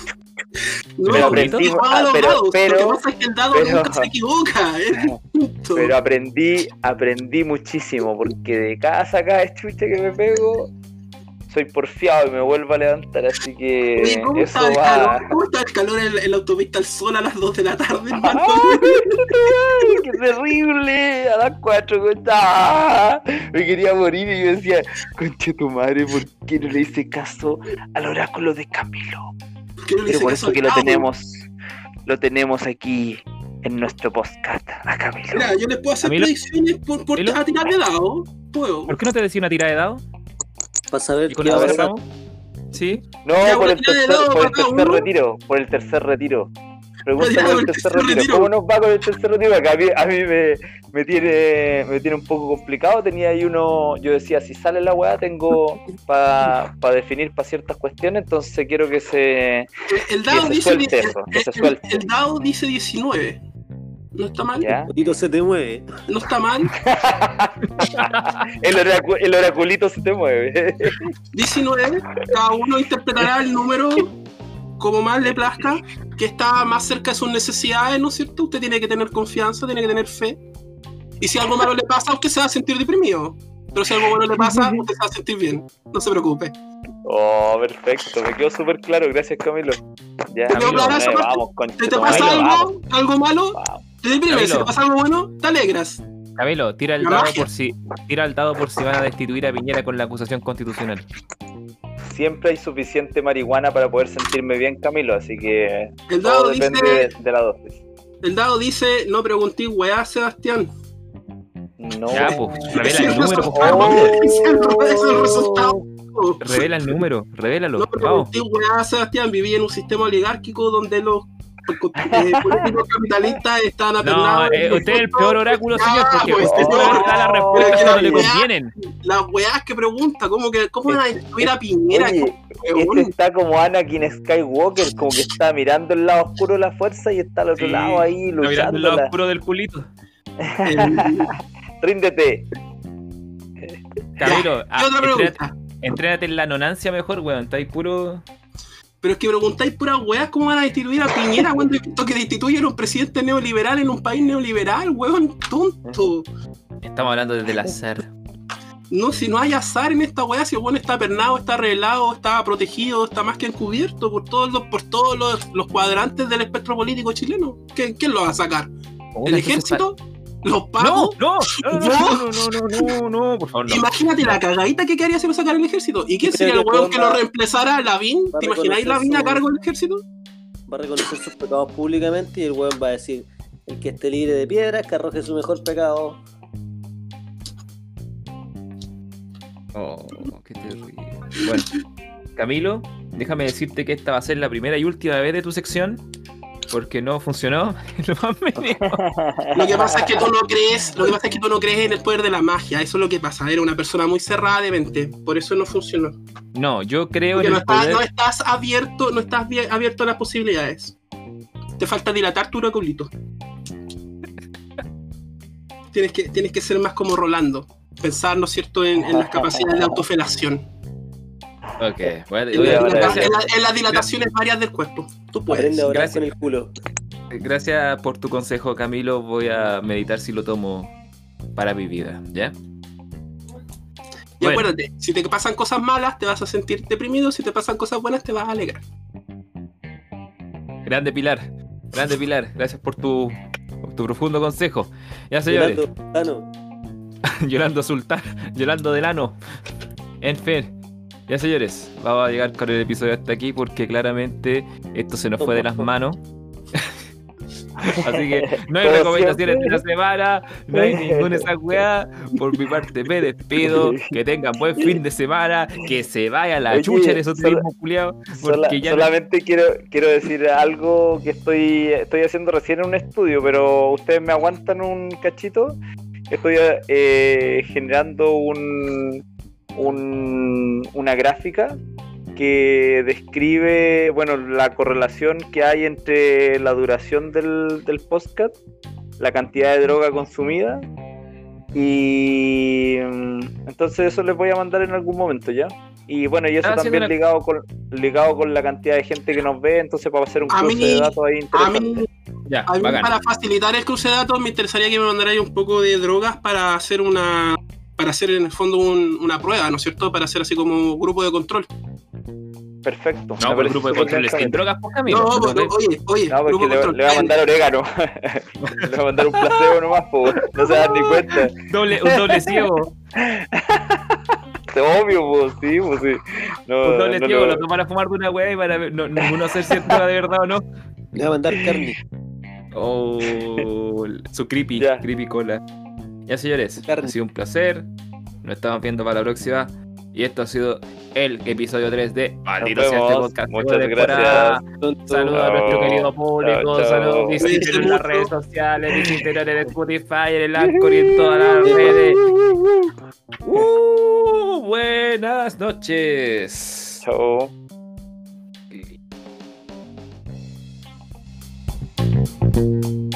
No, Pero aprendí- juega ah, los pero- dados. pero- Lo que pasa es que el dado pero- nunca se equivoca. Es distinto. Pero aprendí, aprendí muchísimo, porque de cada sacada de chucha que me pego, soy porfiado y me vuelvo a levantar, así que Oye, ¿cómo eso está el va. calor? ¿Cómo está el calor en, en la autopista al sol a las dos de la tarde, hermano? ¡Ay, qué terrible! A las cuatro, concha. Me quería morir y yo decía, conche tu madre, ¿por qué no le hice caso al oráculo de Camilo? ¿Qué no le Pero hice por caso eso que al lo dado? tenemos, lo tenemos aquí en nuestro podcast a Camilo. Mira, yo les puedo hacer Camilo. predicciones por, por Camilo. a tirar de dado. Puedo. ¿Por qué no te decía una tirada de dado? Para saber ¿Y con qué eso va a pasar. cerramos? ¿Sí? No, Ya, por una el tirada de tercer, dado por el para cada tercer uno. retiro, por el tercer retiro. Pregunta tirada por por el el tercer tercer retiro. retiro. ¿Cómo nos va con el tercer retiro? Acá a mí, a mí me, me tiene me tiene un poco complicado. Tenía ahí uno, yo decía, si sale la weá tengo para pa definir para ciertas cuestiones, entonces quiero que se El dado que se dice. suelte el- eso, que se el- suelte. el dado dice diecinueve. No está mal. ¿ya? Potito se te mueve. No está mal. el, oracu- el oraculito se te mueve. diecinueve. Cada uno interpretará el número como más le plazca, que está más cerca de sus necesidades, ¿no es cierto? Usted tiene que tener confianza, tiene que tener fe. Y si algo malo le pasa, usted se va a sentir deprimido. Pero si algo bueno le pasa, usted se va a sentir bien. No se preocupe. Oh, perfecto, me quedó súper claro, gracias Camilo. Ya, ¿Te quedó Camilo, clara esa eh, parte? vamos, concha Si de te tu pasa madre, vamos, algo, algo malo, vamos. te deprimes. Si Camilo. te pasa algo bueno, te alegras. Camilo, tira el La dado magia. por si tira el dado por si van a destituir a Piñera con la acusación constitucional. Siempre hay suficiente marihuana para poder sentirme bien, Camilo, así que El todo dado depende dice, de, de la dosis. el dado dice, no pregunté weá, Sebastián. No. Ya, pues, revela Ese el es número, el por favor. resultado. Ese es el- ese es el resultado. Revela el número, revélalo. No Vamos. pregunté weá, Sebastián. Viví en un sistema oligárquico donde los eh, políticos capitalistas están No, apernados. eh, usted es el peor oráculo, señor, porque pues, usted oh, solamente da las respuestas pero cuando le la weá- convienen. Las weás que pregunta, ¿cómo, que, cómo van a destruir a Piñera? Oye, Weón. este está como Anakin Skywalker, como que está mirando el lado oscuro de la fuerza y está al otro Sí, lado ahí Está mirando el lado luchándola. oscuro del culito. El- Ríndete. Camilo, ¿Qué ah, otra entrénate, pregunta? entrénate en la nonancia mejor, weón. Está ahí puro. Pero es que preguntáis puras weas, ¿cómo van a destituir a Piñera cuando he visto que destituyen a un presidente neoliberal en un país neoliberal, weón? Tonto. Estamos hablando desde el azar. No, si no hay azar en esta wea, si el weón está apernado, está arreglado, está protegido, está más que encubierto por todos los, por todos los, los cuadrantes del espectro político chileno. ¿Quién, quién lo va a sacar? ¿El ejército? ¿Los No, pagos? no, no, no, no, no, no, no, no, por favor, no. Imagínate la cagadita que quedaría si lo sacara el ejército. ¿Y quién sería el Creo que weón que lo Tonda reemplazara? ¿Lavín? va a ¿Te imagináis reconocer Lavín a su- cargo del ejército? Va a reconocer sus pecados públicamente y el weón va a decir: el que esté libre de piedras, que arroje su mejor pecado. Oh, qué terrible. Bueno, Camilo, déjame decirte que esta va a ser la primera y última vez de tu sección porque no funcionó. Lo más mínimo. Lo que pasa es que tú no crees, lo que pasa es que tú no crees en el poder de la magia, eso es lo que pasa, era una persona muy cerrada de mente, por eso no funcionó. No, yo creo Porque en no el estás, poder. no estás abierto, no estás bien- abierto a las posibilidades. Te falta dilatar tu oculito. Tienes que, tienes que ser más como Rolando. Pensar, ¿no es cierto?, en, en las capacidades de autofelación. Ok, bueno, En, voy la- a- en la- gracias, en la- en las dilataciones varias del cuerpo. Tú puedes. Aprende a orar gracias. con el culo. gracias por tu consejo, Camilo. Voy a meditar si lo tomo para mi vida, ¿ya? Y Bueno. acuérdate, si te pasan cosas malas, te vas a sentir deprimido. Si te pasan cosas buenas, te vas a alegrar. Grande Pilar, grande Pilar. Gracias por tu, por tu profundo consejo. Ya, señores. Yolando, Tano, Yolando Sultán, Yolando Delano. En fin, ya señores, vamos a llegar con el episodio hasta aquí porque claramente esto se nos fue de las manos. Así que no hay Como recomendaciones siempre. de la semana, no hay ninguna esa weá. Por mi parte me despido, que tengan buen fin de semana, que se vaya la Oye, chucha en esos turismos culiados. Sola- Porque ya no- solamente quiero quiero decir algo que estoy estoy haciendo recién en un estudio, pero ustedes me aguantan un cachito. Estoy eh, generando un, un una gráfica que describe, bueno, la correlación que hay entre la duración del, del podcast, la cantidad de droga consumida y mm, entonces eso les voy a mandar en algún momento, ¿ya? Y bueno, y eso Ah, sí, también mira. ligado con ligado con la cantidad de gente que nos ve, entonces para hacer un A cruce mí- de datos ahí A interesante. mí, Ya, a mí bacán. para facilitar el cruce de datos, me interesaría que me mandarais un poco de drogas para hacer una. Para hacer en el fondo un- una prueba, ¿no es cierto? Para hacer así como grupo de control. Perfecto. No, me por el parece grupo de súper controles bien, sin Camilo. drogas, por Camilo. No, No porque, te- oye, oye, No, grupo porque de le, control. le va a mandar orégano. Le va a mandar un placebo nomás, po. No se dan ni cuenta. doble, un doble ciego. Obvio, pues sí, pues sí. No, Un doble no ciego, lo- lo toman a fumar de una weá y para ver, no, ninguno sé si es droga de verdad o no. le va a mandar carne. Oh, su creepy, Ya. creepy cola. Ya señores, Carne. ha sido un placer. Nos estamos viendo para la próxima. Y esto ha sido el episodio tres de Maldito Nos sea este vemos. podcast. Muchas de temporada. Tonto. Saludos a Chao. nuestro querido público. Chao, chao. Saludos, visiten Cuídense en las mucho. redes sociales, visiten en el Spotify, en el Anchor y en todas las redes. Uh, buenas noches. Chao. Ok.